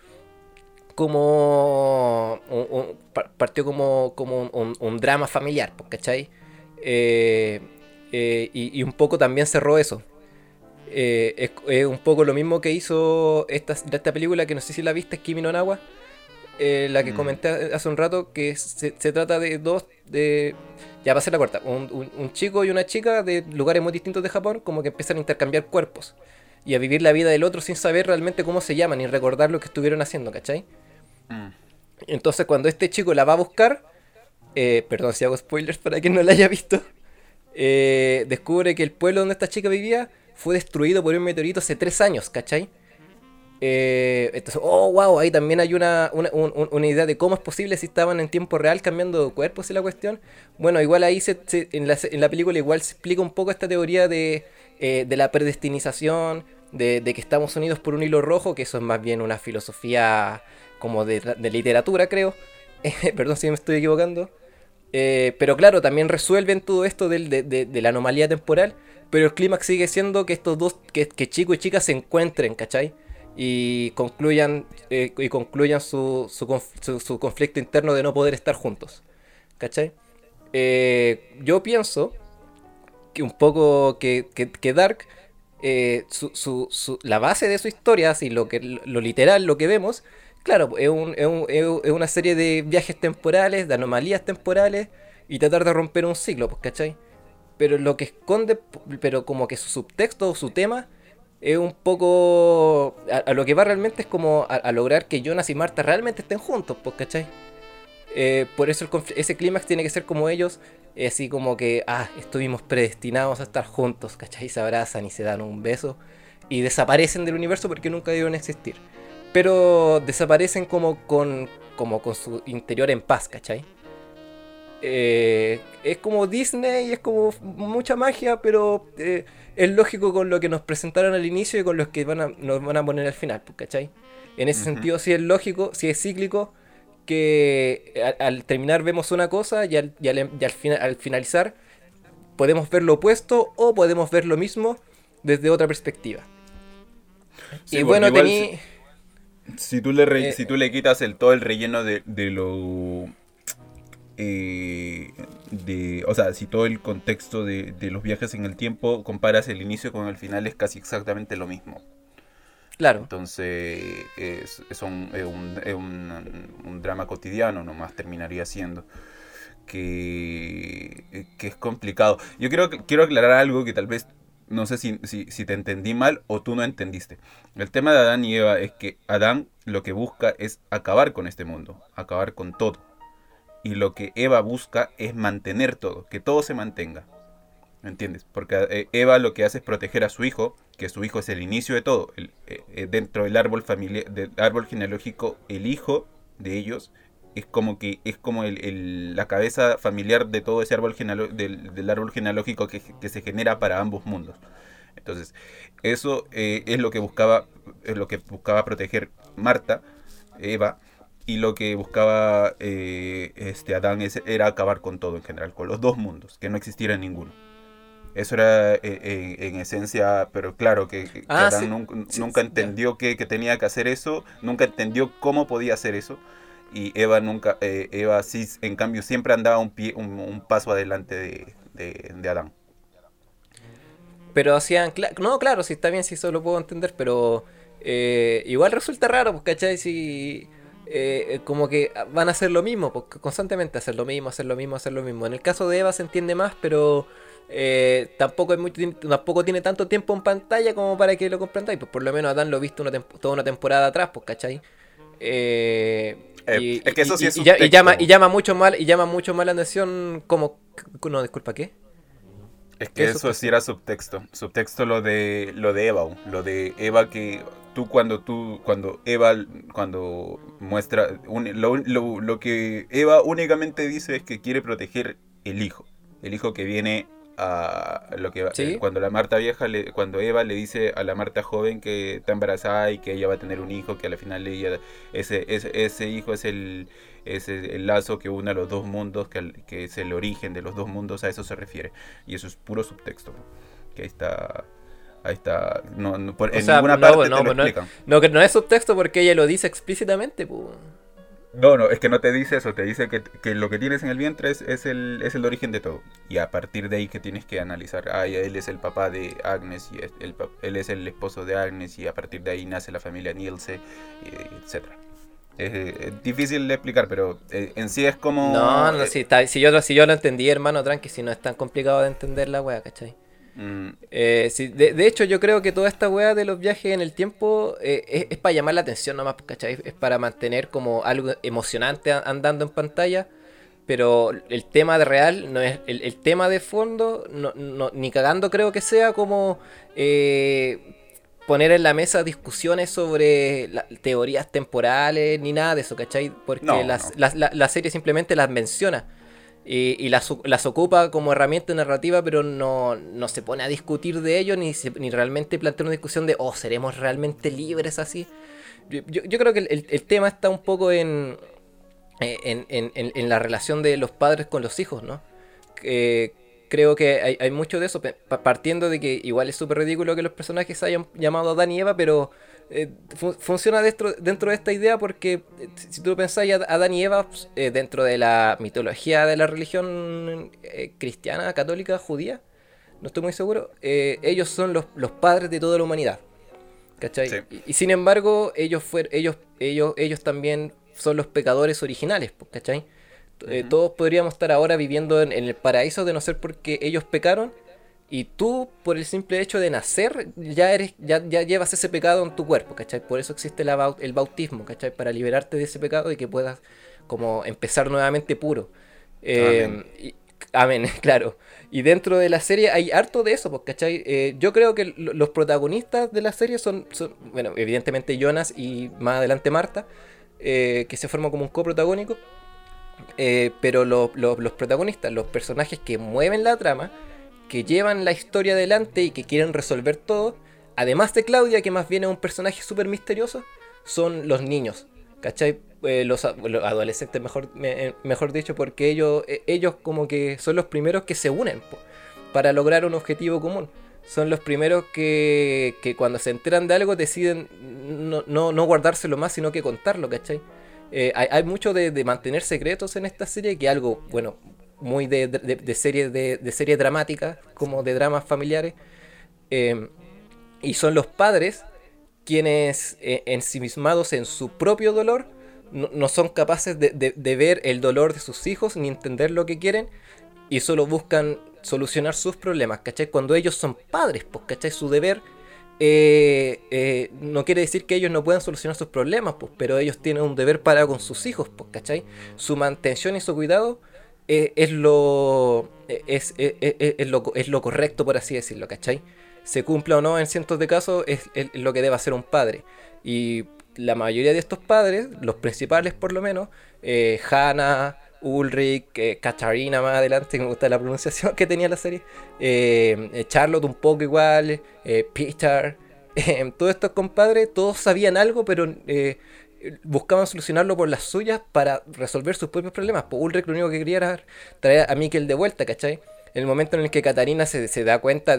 como partió como un drama familiar, pues, ¿cachai? Eh, y un poco también cerró eso. Es un poco lo mismo que hizo esta película, que no sé si la viste, es Kimi no Nawa, la que Mm, comenté hace un rato, que se trata de dos, ya pasé la corta, un chico y una chica de lugares muy distintos de Japón, como que empiezan a intercambiar cuerpos y a vivir la vida del otro sin saber realmente cómo se llaman ni recordar lo que estuvieron haciendo, ¿cachai? mm. Entonces cuando este chico la va a buscar, perdón si hago spoilers para quien no la haya visto, descubre que el pueblo donde esta chica vivía fue destruido por un meteorito hace 3 años, ¿cachai? Entonces, oh, wow, ahí también hay una idea de cómo es posible si estaban en tiempo real cambiando de cuerpos y la cuestión. Bueno, igual ahí en la película igual se explica un poco esta teoría de la predestinización, de que estamos unidos por un hilo rojo, que eso es más bien una filosofía como de literatura, creo. Perdón si me estoy equivocando. Pero claro, también resuelven todo esto de la anomalía temporal. Pero el clímax sigue siendo que estos dos, que chico y chica se encuentren, ¿cachai? Y concluyan su conflicto interno de no poder estar juntos, ¿cachai? Yo pienso que un poco que Dark, la base de su historia, así lo literal, lo que vemos, claro, es una serie de viajes temporales, de anomalías temporales, y tratar de romper un ciclo, pues, ¿cachai? Pero lo que esconde, pero como que su subtexto o su tema es un poco. A lo que va realmente es como a lograr que Jonas y Marta realmente estén juntos, pues, ¿cachai? Por eso ese clímax tiene que ser como ellos, así como que, estuvimos predestinados a estar juntos, ¿cachai? Se abrazan y se dan un beso y desaparecen del universo porque nunca debieron existir. Pero desaparecen como con su interior en paz, ¿cachai? Es como Disney, es como mucha magia, pero es lógico con lo que nos presentaron al inicio y con los que nos van a poner al final, pues, ¿cachai? En ese Ujú. sentido, sí es lógico, sí es cíclico, que al terminar vemos una cosa y al finalizar podemos ver lo opuesto o podemos ver lo mismo desde otra perspectiva. Sí, Y porque bueno, igual tení. si tú eh, le quitas todo el relleno de lo o sea, si todo el contexto de los viajes en el tiempo comparas el inicio con el final es casi exactamente lo mismo. claro. Entonces es un drama cotidiano nomás terminaría siendo. Que es complicado. Yo quiero aclarar algo que tal vez no sé si te entendí mal o tú no entendiste. El tema de Adán y Eva es que Adán lo que busca es acabar con este mundo, acabar con todo. Y lo que Eva busca es mantener todo, que todo se mantenga. ¿Me entiendes? Porque Eva lo que hace es proteger a su hijo, que su hijo es el inicio de todo. Dentro del árbol del árbol genealógico, el hijo de ellos es como la cabeza familiar de todo ese árbol del árbol genealógico que se genera para ambos mundos. Entonces, eso es lo que buscaba proteger Marta, Eva, y lo que buscaba Adán era acabar con todo en general, con los dos mundos, que no existiera ninguno. Eso era en esencia, pero claro, que Ah, Adán sí, nunca ya. entendió que tenía que hacer eso, nunca entendió cómo podía hacer eso, y Eva sí, en cambio, siempre andaba un paso adelante de Adán. pero hacían... No, claro, sí está bien, sí, eso lo puedo entender, pero igual resulta raro, pues, ¿cachai? Si... como que van a hacer lo mismo, pues, constantemente hacer lo mismo, hacer lo mismo, hacer lo mismo. En el caso de Eva se entiende más, pero tampoco, tampoco tiene tanto tiempo en pantalla como para que lo comprendáis. Pues por lo menos Adán lo he visto toda una temporada atrás, pues, ¿cachai? Eh, Es que eso sí es y subtexto. llama mucho más la atención como... No, disculpa, ¿qué? Es ¿Qué que es eso sí subtexto? era subtexto. Subtexto lo de Eva, lo de Eva que cuando Eva cuando muestra lo que Eva únicamente dice es que quiere proteger el hijo que viene a lo que ¿Sí? cuando la Marta vieja cuando Eva le dice a la Marta joven que está embarazada y que ella va a tener un hijo, que al final ese hijo es el lazo que une a los dos mundos, que es el origen de los dos mundos, a eso se refiere. Y eso es puro subtexto, ¿no? Que ahí está, O en sea, ninguna no, parte te no, lo no, explican. no, que no es subtexto porque ella lo dice explícitamente, pues. No, no, es que no te dice eso, te dice que lo que tienes en el vientre es el origen de todo. Y a partir de ahí que tienes que analizar, él es el papá de Agnes, y él es el esposo de Agnes, y a partir de ahí nace la familia Nielsen, etcétera. Es difícil de explicar, pero en sí es No, como... no, si yo lo entendí, hermano, tranqui, si no es tan complicado de entender la wea, ¿cachai? mm, Sí, de hecho, yo creo que toda esta wea de los viajes en el tiempo es para llamar la atención nomás, ¿cachai? Es para mantener como algo emocionante andando en pantalla, pero el tema de real no es. El tema de fondo, ni cagando creo que sea como poner en la mesa discusiones sobre teorías temporales, ni nada de eso, ¿cachai? Porque no, no. la serie simplemente las menciona y las ocupa como herramienta narrativa, pero no se pone a discutir de ello, ni realmente plantea una discusión de, oh, ¿seremos realmente libres así? Yo creo que el tema está un poco en la relación de los padres con los hijos, ¿no? Eh, Creo que hay mucho de eso, partiendo de que igual es súper ridículo que los personajes se hayan llamado Adán y Eva, pero funciona dentro de esta idea porque si tú pensáis, Adán y Eva, pues, dentro de la mitología de la religión cristiana, católica, judía, no estoy muy seguro, ellos son los padres de toda la humanidad. Sí. ¿Cachai? Y sin embargo, ellos también son los pecadores originales, pues, ¿cachai? Ujú. Todos podríamos estar ahora viviendo en el paraíso de no ser porque ellos pecaron y tú, por el simple hecho de nacer, ya llevas ese pecado en tu cuerpo, ¿cachai? Por eso existe el bautismo, ¿cachai? Para liberarte de ese pecado y que puedas como empezar nuevamente puro. Amén. Amén, claro. Y dentro de la serie hay harto de eso, pues, ¿cachai? Yo creo que los protagonistas de la serie son, bueno, evidentemente Jonas y más adelante Marta, que se forman como un coprotagónico. Pero los protagonistas, los personajes que mueven la trama, que llevan la historia adelante y que quieren resolver todo, además de Claudia, que más bien es un personaje súper misterioso, son los niños, ¿cachai? Los adolescentes, mejor dicho, porque ellos como que son los primeros que se unen para lograr un objetivo común. Son los primeros que cuando se enteran de algo deciden no guardárselo más, sino que contarlo, ¿cachai? Hay mucho de mantener secretos en esta serie, que es algo, bueno, muy de serie dramática, como de dramas familiares. Eh, y son los padres quienes, ensimismados en su propio dolor, no son capaces de ver el dolor de sus hijos ni entender lo que quieren y solo buscan solucionar sus problemas, ¿cachai? Cuando ellos son padres, pues, ¿cachai? Su deber no quiere decir que ellos no puedan solucionar sus problemas, pues, pero ellos tienen un deber para con sus hijos, pues, ¿cachai? Su mantención y su cuidado es lo correcto, por así decirlo, ¿cachai? Se cumpla o no en cientos de casos, es lo que debe hacer un padre. Y la mayoría de estos padres, los principales por lo menos, Hannah, Ulrich, Katarina más adelante, que me gusta la pronunciación que tenía la serie, Charlotte un poco igual, Peter, todos estos compadres, todos sabían algo, pero buscaban solucionarlo por las suyas para resolver sus propios problemas. Pues Ulrich lo único que quería era traer a Mikkel de vuelta, ¿cachai? En el momento en el que Katarina se da cuenta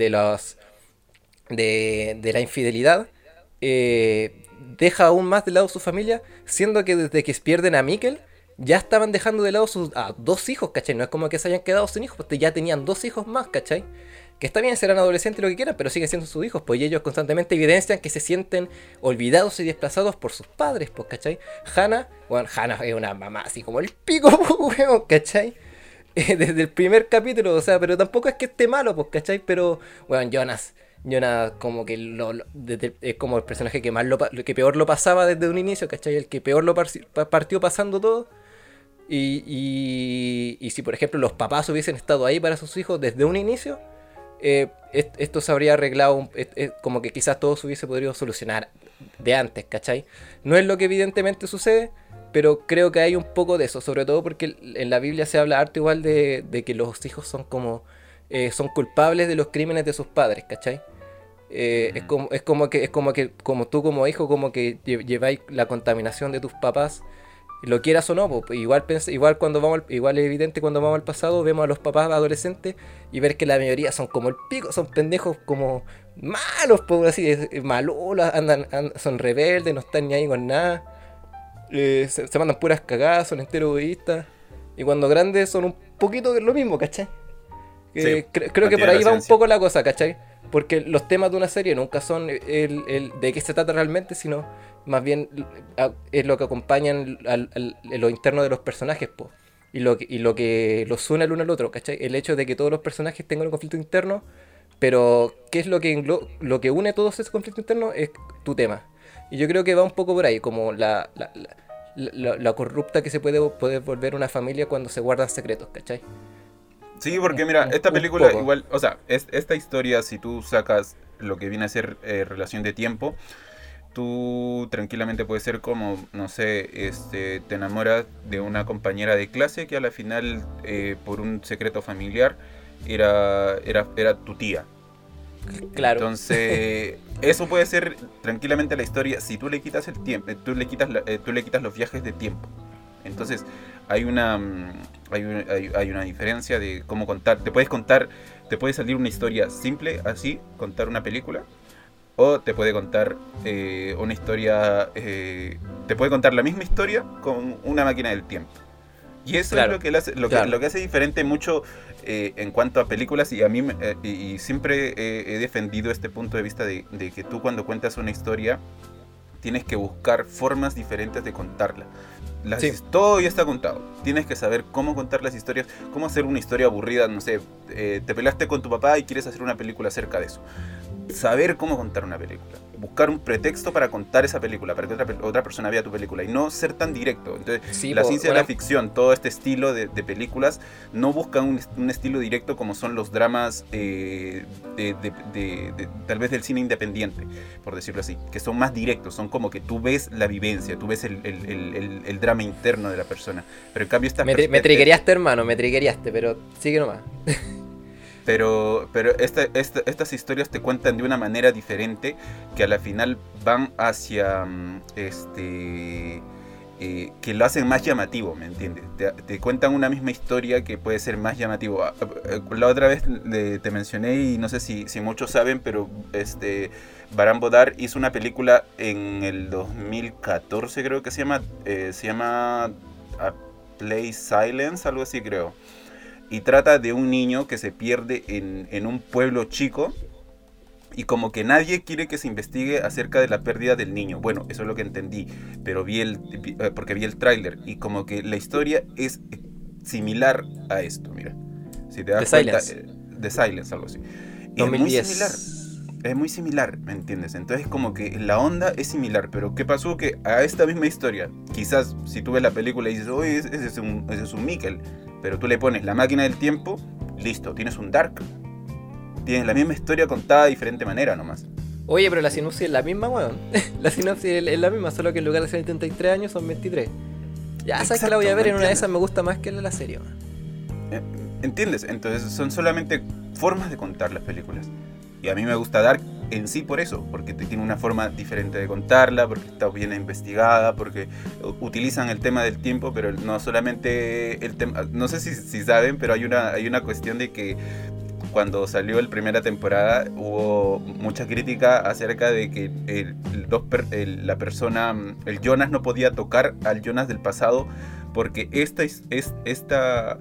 de la infidelidad, deja aún más de lado su familia, siendo que desde que pierden a Mikkel, ya estaban dejando de lado a dos hijos, ¿cachai? No es como que se hayan quedado sin hijos, pues ya tenían dos hijos más, ¿cachai? que está bien, serán adolescentes y lo que quieran, pero siguen siendo sus hijos, pues y ellos constantemente evidencian que se sienten olvidados y desplazados por sus padres, pues, ¿cachai? Hannah, bueno, Hannah es una mamá así como el pico, pues, weón, ¿cachai? Desde el primer capítulo, o sea, pero tampoco es que esté malo, pues, ¿cachai? Pero, bueno, Jonas como que es como el personaje que más que peor lo pasaba desde un inicio, ¿cachai? El que peor lo partió pasando todo. Y si por ejemplo los papás hubiesen estado ahí para sus hijos desde un inicio, esto se habría arreglado, como que quizás todo se hubiese podido solucionar de antes, ¿cachai? No es lo que evidentemente sucede, pero creo que hay un poco de eso, sobre todo porque en la Biblia se habla harto igual de que los hijos son como son culpables de los crímenes de sus padres, ¿cachai? Como tú como hijo como que lleváis la contaminación de tus papás, lo quieras o no, pues, igual es evidente cuando vamos al pasado, vemos a los papás adolescentes y ver que la mayoría son como el pico, son pendejos como malos, pues así, malulos, son rebeldes, no están ni ahí con nada, se mandan puras cagadas, son enteros egoístas, y cuando grandes son un poquito lo mismo, ¿cachai? Sí, Creo que por ahí va un poco la cosa, ¿cachai? Porque los temas de una serie nunca son el de qué se trata realmente, sino más bien es lo que acompañan lo interno de los personajes, po. Y lo que los une el uno al otro, ¿cachai? El hecho de que todos los personajes tengan un conflicto interno, pero ¿qué es lo que une todos esos conflictos internos? Es tu tema. Y yo creo que va un poco por ahí, como la corrupta que se puede volver una familia cuando se guardan secretos, ¿cachai? Sí, porque mira, esta película poco. igual, o sea, esta historia, si tú sacas lo que viene a ser relación de tiempo, tú tranquilamente puedes ser como, no sé, te enamoras de una compañera de clase que a la final, por un secreto familiar, era tu tía. Claro. Entonces, eso puede ser tranquilamente la historia si tú le quitas el tiempo, tú le quitas los viajes de tiempo. Entonces, hay una diferencia de cómo contar. Te puede salir una historia simple, así, contar una película, o te puede contar una historia, te puede contar la misma historia con una máquina del tiempo. Y eso Claro, es lo que hace diferente mucho en cuanto a películas. Y a mí y siempre he defendido este punto de vista de que tú, cuando cuentas una historia, tienes que buscar formas diferentes de contarla. sí. Todo ya está contado. Tienes que saber cómo contar las historias, cómo hacer una historia aburrida. No sé, te peleaste con tu papá y quieres hacer una película acerca de eso. Saber cómo contar una película. Buscar un pretexto para contar esa película, para que otra persona vea tu película, y no ser tan directo. Entonces, Sí, la ciencia de la ficción, todo este estilo de películas, no buscan un estilo directo como son los dramas tal vez del cine independiente, por decirlo así, que son más directos, son como que tú ves la vivencia, tú ves el drama interno de la persona. Pero en cambio Me trigueaste, hermano, me trigueaste, pero sigue nomás. Pero estas historias te cuentan de una manera diferente, que a la final van hacia que lo hacen más llamativo, ¿me entiendes? Te cuentan una misma historia que puede ser más llamativo. La otra vez te mencioné, y no sé si muchos saben, pero Baran Bodar hizo una película en el 2014, creo que se llama A Play Silence, algo así creo. Y trata de un niño que se pierde en un pueblo chico, y como que nadie quiere que se investigue acerca de la pérdida del niño. Bueno, eso es lo que entendí, pero porque vi el tráiler, y como que la historia es similar a esto, mira. Si te das The cuenta, Silence. The Silence, algo así. Y 2010. es muy similar, ¿me entiendes? Entonces como que la onda es similar, pero ¿qué pasó? Que a esta misma historia, quizás si tú ves la película y dices, oye, ese es un Mikkel, pero tú le pones la máquina del tiempo, listo, tienes un Dark. Tienes la misma historia contada de diferente manera nomás. Oye, pero la sinopsis es la misma, weón. La sinopsis es la misma, solo que en lugar de ser 73 años son 23. Ya sabes que la voy a ver, en una de esas me gusta más que la serie, weón. ¿Entiendes? Entonces son solamente formas de contar las películas. Y a mí me gusta Dark en sí por eso, porque tiene una forma diferente de contarla, porque está bien investigada, porque utilizan el tema del tiempo, pero no solamente el tema. No sé si saben, pero hay una cuestión de que cuando salió la primera temporada hubo mucha crítica acerca de que la persona, el Jonas, no podía tocar al Jonas del pasado, porque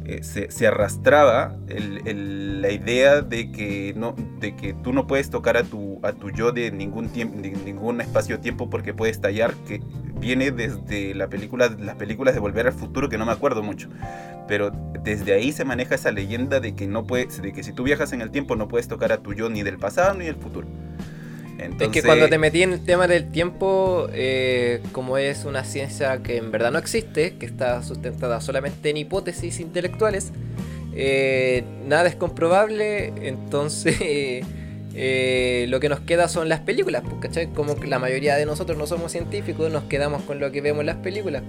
se arrastraba la idea de que tú no puedes tocar a tu yo de ningún tiempo, de ningún espacio-tiempo, porque puede estallar, que viene desde las películas de Volver al Futuro, que no me acuerdo mucho, pero desde ahí se maneja esa leyenda de que si tú viajas en el tiempo no puedes tocar a tu yo ni del pasado ni del futuro. Entonces, es que cuando te metí en el tema del tiempo, como es una ciencia que en verdad no existe, que está sustentada solamente en hipótesis intelectuales, nada es comprobable, entonces lo que nos queda son las películas, pues, ¿cachai? Como que la mayoría de nosotros no somos científicos, nos quedamos con lo que vemos en las películas,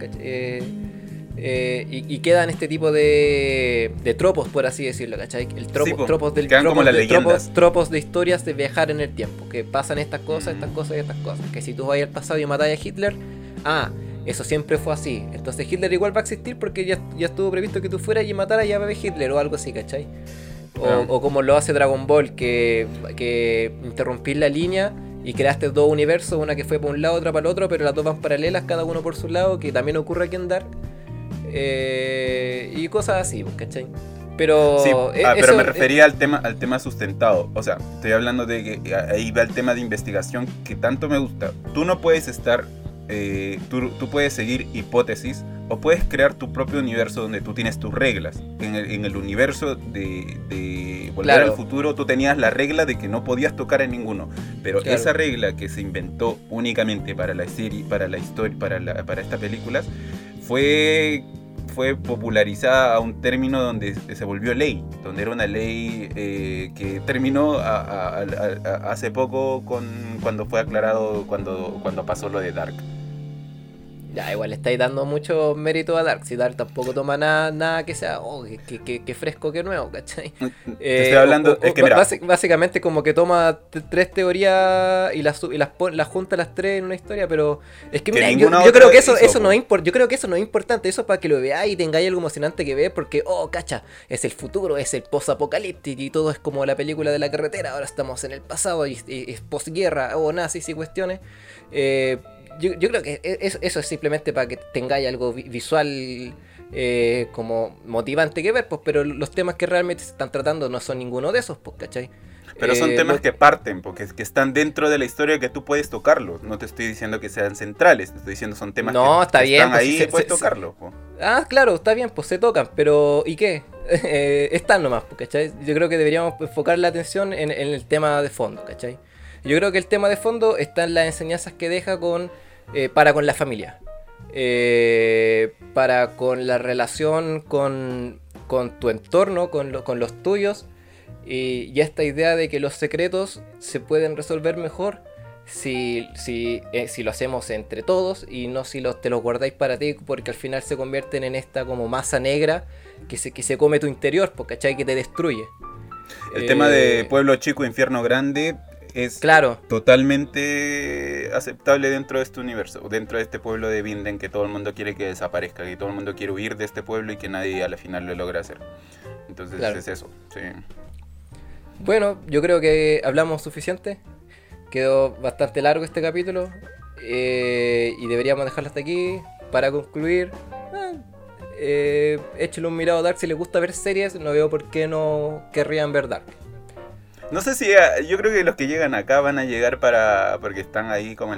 y quedan este tipo de tropos, por así decirlo, ¿cachai? Tropos de historias de viajar en el tiempo, que pasan estas cosas y estas cosas, que si tú vas al pasado y matas a Hitler, eso siempre fue así, entonces Hitler igual va a existir porque ya estuvo previsto que tú fueras y mataras a Hitler o algo así, ¿cachai? O como lo hace Dragon Ball, que interrumpís la línea y creaste dos universos, una que fue para un lado, otra para el otro, pero las dos van paralelas, cada uno por su lado, que también ocurre aquí en Dark. Y cosas así, ¿cachai? Pero, sí, pero me refería al tema sustentado. O sea, estoy hablando de que ahí va el tema de investigación que tanto me gusta. Tú no puedes estar, tú puedes seguir hipótesis o puedes crear tu propio universo donde tú tienes tus reglas. En el universo de Volver al Futuro tú tenías la regla de que no podías tocar en ninguno, pero esa regla que se inventó únicamente para la serie, para la historia, para estas películas, fue popularizada a un término donde se volvió ley, donde era una ley que terminó hace poco cuando fue aclarado, cuando pasó lo de Dark. Ya, igual le estáis dando mucho mérito a Dark. Si Dark tampoco toma nada que sea que fresco, que nuevo, ¿cachai? Te estoy hablando, es que mira, básicamente como que toma tres teorías y las junta las tres en una historia, pero es que mira, yo creo que eso no es yo creo que eso no es importante, eso es para que lo veáis y tengáis algo emocionante que ver, porque cacha, es el futuro, es el post-apocalíptico y todo es como la película de la carretera, ahora estamos en el pasado y es posguerra, nazis y cuestiones. Yo creo que eso es simplemente para que tengáis algo visual como motivante que ver, pues, pero los temas que realmente se están tratando no son ninguno de esos, pues, ¿cachai? Pero son temas que parten, porque que están dentro de la historia que tú puedes tocarlos. No te estoy diciendo que sean centrales, te estoy diciendo son temas está que bien, están pues, ahí y puedes tocarlos. Claro, está bien, pues se tocan, pero ¿y qué? Están nomás, pues, ¿cachai? Yo creo que deberíamos enfocar la atención en el tema de fondo, ¿cachai? Yo creo que el tema de fondo está en las enseñanzas que deja para con la familia, para con la relación con tu entorno, con los tuyos, y esta idea de que los secretos se pueden resolver mejor si lo hacemos entre todos y no si te los guardáis para ti, porque al final se convierten en esta como masa negra que se come tu interior, ¿cachai? Que te destruye. El tema de pueblo chico, infierno grande es totalmente aceptable dentro de este universo, dentro de este pueblo de Vinden, que todo el mundo quiere que desaparezca, que todo el mundo quiere huir de este pueblo y que nadie a la final lo logra hacer. Entonces es eso, sí. Bueno, yo creo que hablamos suficiente. Quedó bastante largo este capítulo y deberíamos dejarlo hasta aquí. Para concluir, échenle un mirado a Dark si les gusta ver series. No veo por qué no querrían ver Dark. No sé si yo creo que los que llegan acá van a llegar porque están ahí como en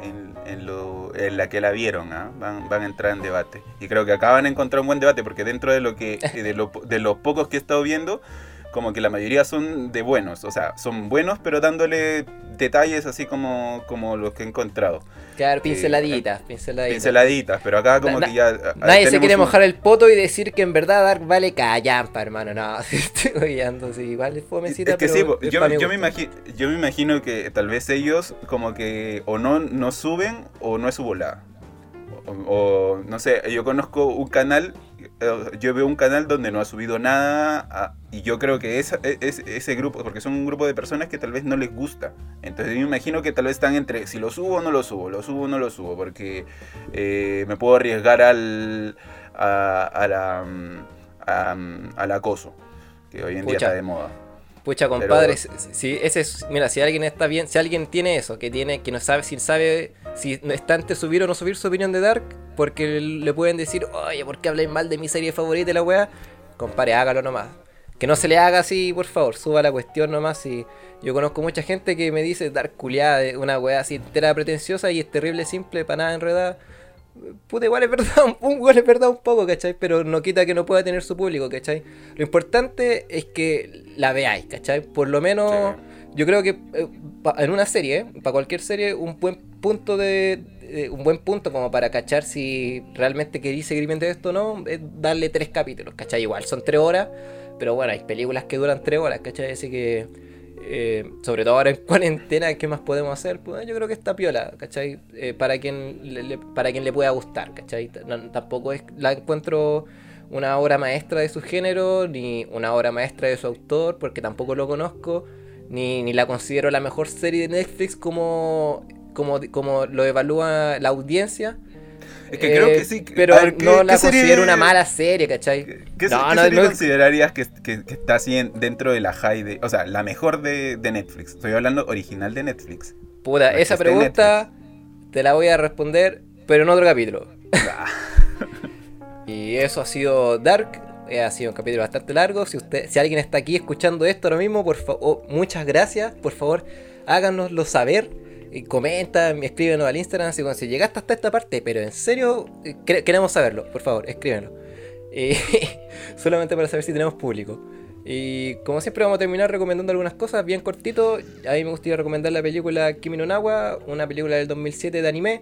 la que la vieron, van a entrar en debate. Y creo que acá van a encontrar un buen debate, porque dentro de de los pocos que he estado viendo, como que la mayoría son de buenos, o sea, son buenos, pero dándole detalles así como los que he encontrado. Claro, pinceladitas. Pinceladitas, pero acá como que ya... Nadie se quiere mojar el poto y decir que en verdad Dark vale callampa, hermano. No, estoy guiando, sí, igual es fomecita, es que pero sí, yo me imagino que tal vez ellos como que o no suben o no es su volada. O no sé, yo conozco un canal, yo veo un canal donde no ha subido nada, y yo creo que ese grupo, porque son un grupo de personas que tal vez no les gusta, entonces yo me imagino que tal vez están entre si lo subo o no lo subo, porque me puedo arriesgar al acoso, que hoy en día está de moda. Pucha, compadre, mira, si alguien está bien, si alguien tiene eso, que no sabe si está antes subir o no subir su opinión de Dark, porque le pueden decir, oye, ¿por qué habláis mal de mi serie favorita y la weá? compadre, hágalo nomás. Que no se le haga así, por favor, suba la cuestión nomás. Y yo conozco mucha gente que me dice dar culiada, una weá así entera pretenciosa y es terrible, simple, para nada enredada. Puta, igual es verdad, igual es verdad un poco, ¿cachai? Pero no quita que no pueda tener su público, ¿cachai? Lo importante es que la veáis, ¿cachai? Por lo menos, Sí. yo creo que en una serie, para cualquier serie, un buen punto un buen punto como para cachar si realmente queréis seguir viendo esto o no, es darle 3 capítulos, ¿cachai? Igual son 3 horas, pero bueno, hay películas que duran 3 horas, ¿cachai? Así que, sobre todo ahora en cuarentena, ¿qué más podemos hacer? Pues yo creo que está piola, ¿cachai? Para quien le pueda gustar, ¿cachai? Tampoco la encuentro una obra maestra de su género, ni una obra maestra de su autor, porque tampoco lo conozco, ni la considero la mejor serie de Netflix como lo evalúa la audiencia. Es que creo que sí. Pero A ver, no la ¿qué serie, considero una mala serie, ¿cachai? ¿qué serie considerarías que está así dentro de la high de, o sea, la mejor de Netflix? Estoy hablando original de Netflix. Puta, No es esa que esté en pregunta te la voy a responder, pero en otro capítulo. Ah, Y eso ha sido Dark. Ha sido un capítulo bastante largo. Si alguien está aquí escuchando esto ahora mismo, por favor, muchas gracias. Por favor, háganoslo saber. Y comenta, escríbenos al Instagram si llegaste hasta esta parte. Pero en serio, queremos saberlo. Por favor, escríbenlo. Solamente para saber si tenemos público. Y como siempre vamos a terminar recomendando algunas cosas bien cortito. A mí me gustaría recomendar la película Kimi no Nawa, una película del 2007 de anime.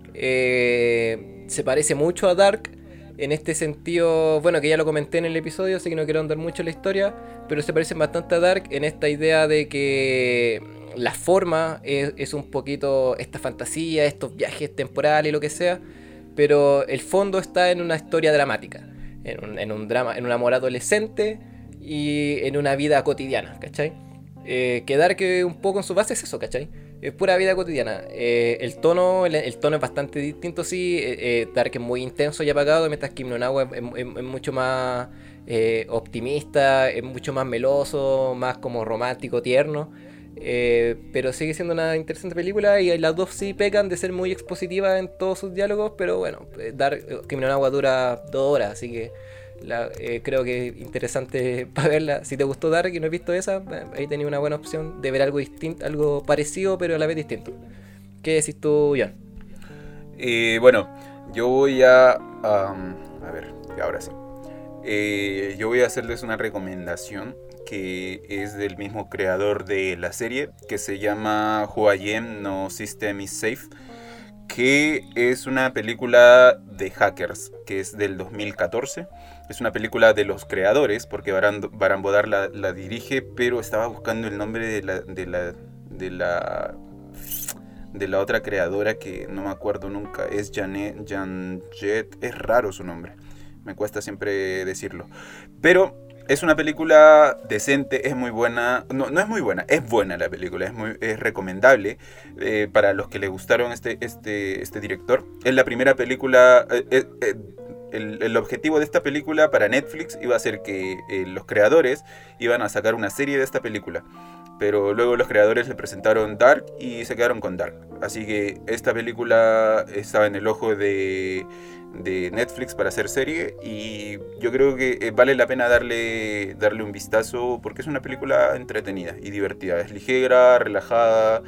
Se parece mucho a Dark en este sentido, bueno, que ya lo comenté en el episodio, así que no quiero andar mucho en la historia, pero se parecen bastante a Dark en esta idea de que la forma es un poquito esta fantasía, estos viajes temporales y lo que sea, pero el fondo está en una historia dramática, en un drama, en un amor adolescente y en una vida cotidiana, ¿cachai? Que Dark un poco en su base es eso, ¿cachai? Es pura vida cotidiana. El tono es bastante distinto, sí. Dark es muy intenso y apagado, mientras que no Nawa es mucho más optimista, es mucho más meloso, más como romántico, tierno. Pero sigue siendo una interesante película y las dos sí pecan de ser muy expositivas en todos sus diálogos, pero bueno, Kimi no Nawa dura 2 horas, así que creo que es interesante para verla. Si te gustó Dark y no has visto esa, ahí tenía una buena opción de ver algo distinto, algo parecido pero a la vez distinto. ¿Qué decís tú, Jan? bueno, yo voy a ver, ahora sí. Yo voy a hacerles una recomendación que es del mismo creador de la serie, que se llama Who I Am No System Is Safe, que es una película de hackers, que es del 2014. Es una película de los creadores, porque Baran Bodar la dirige, pero estaba buscando el nombre de la otra creadora que no me acuerdo nunca. Es Janjet, es raro su nombre, me cuesta siempre decirlo. Pero es una película decente, es muy buena. No es muy buena, es buena la película, es recomendable para los que les gustaron este director. Es la primera película. El objetivo de esta película para Netflix iba a ser que los creadores iban a sacar una serie de esta película. Pero luego los creadores le presentaron Dark y se quedaron con Dark. Así que esta película estaba en el ojo de Netflix para hacer serie. Y yo creo que vale la pena darle un vistazo, porque es una película entretenida y divertida. Es ligera, relajada,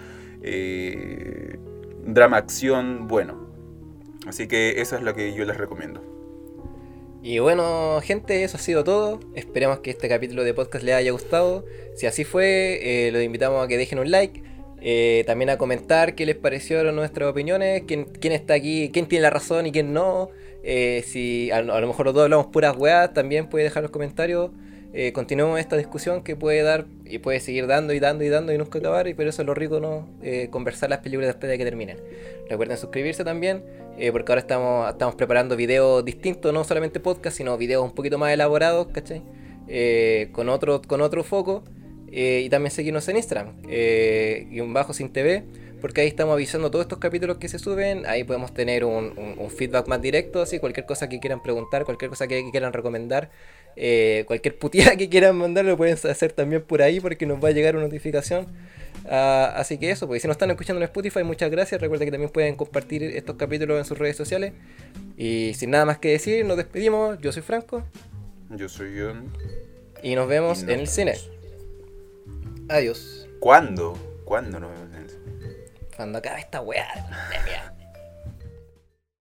drama, acción, bueno. Así que eso es lo que yo les recomiendo. Y bueno, gente, eso ha sido todo. Esperemos que este capítulo de podcast les haya gustado. Si así fue, los invitamos a que dejen un like. También a comentar qué les parecieron nuestras opiniones, quién está aquí, quién tiene la razón y quién no. Si a lo mejor los dos hablamos puras weas, también puede dejar los comentarios. Continuemos esta discusión que puede dar y puede seguir dando y dando y dando y nunca acabar. Y pero eso es lo rico, ¿no? Conversar las películas después de que terminen. Recuerden suscribirse también, porque ahora estamos preparando videos distintos, no solamente podcast, sino videos un poquito más elaborados, ¿cachai? Con otro foco. Y también seguirnos en Instagram, _sin TV, porque ahí estamos avisando todos estos capítulos que se suben. Ahí podemos tener un feedback más directo, así cualquier cosa que quieran preguntar, cualquier cosa que quieran recomendar, cualquier puteada que quieran mandar lo pueden hacer también por ahí, porque nos va a llegar una notificación. Así que eso, porque si nos están escuchando en Spotify, muchas gracias. Recuerden que también pueden compartir estos capítulos en sus redes sociales. Y sin nada más que decir, nos despedimos. Yo soy Franco. Yo soy John. Y nos vemos en el cine. Adiós. ¿Cuándo? ¿Cuándo nos vemos en el cine? Cuando acabe esta weá de pandemia.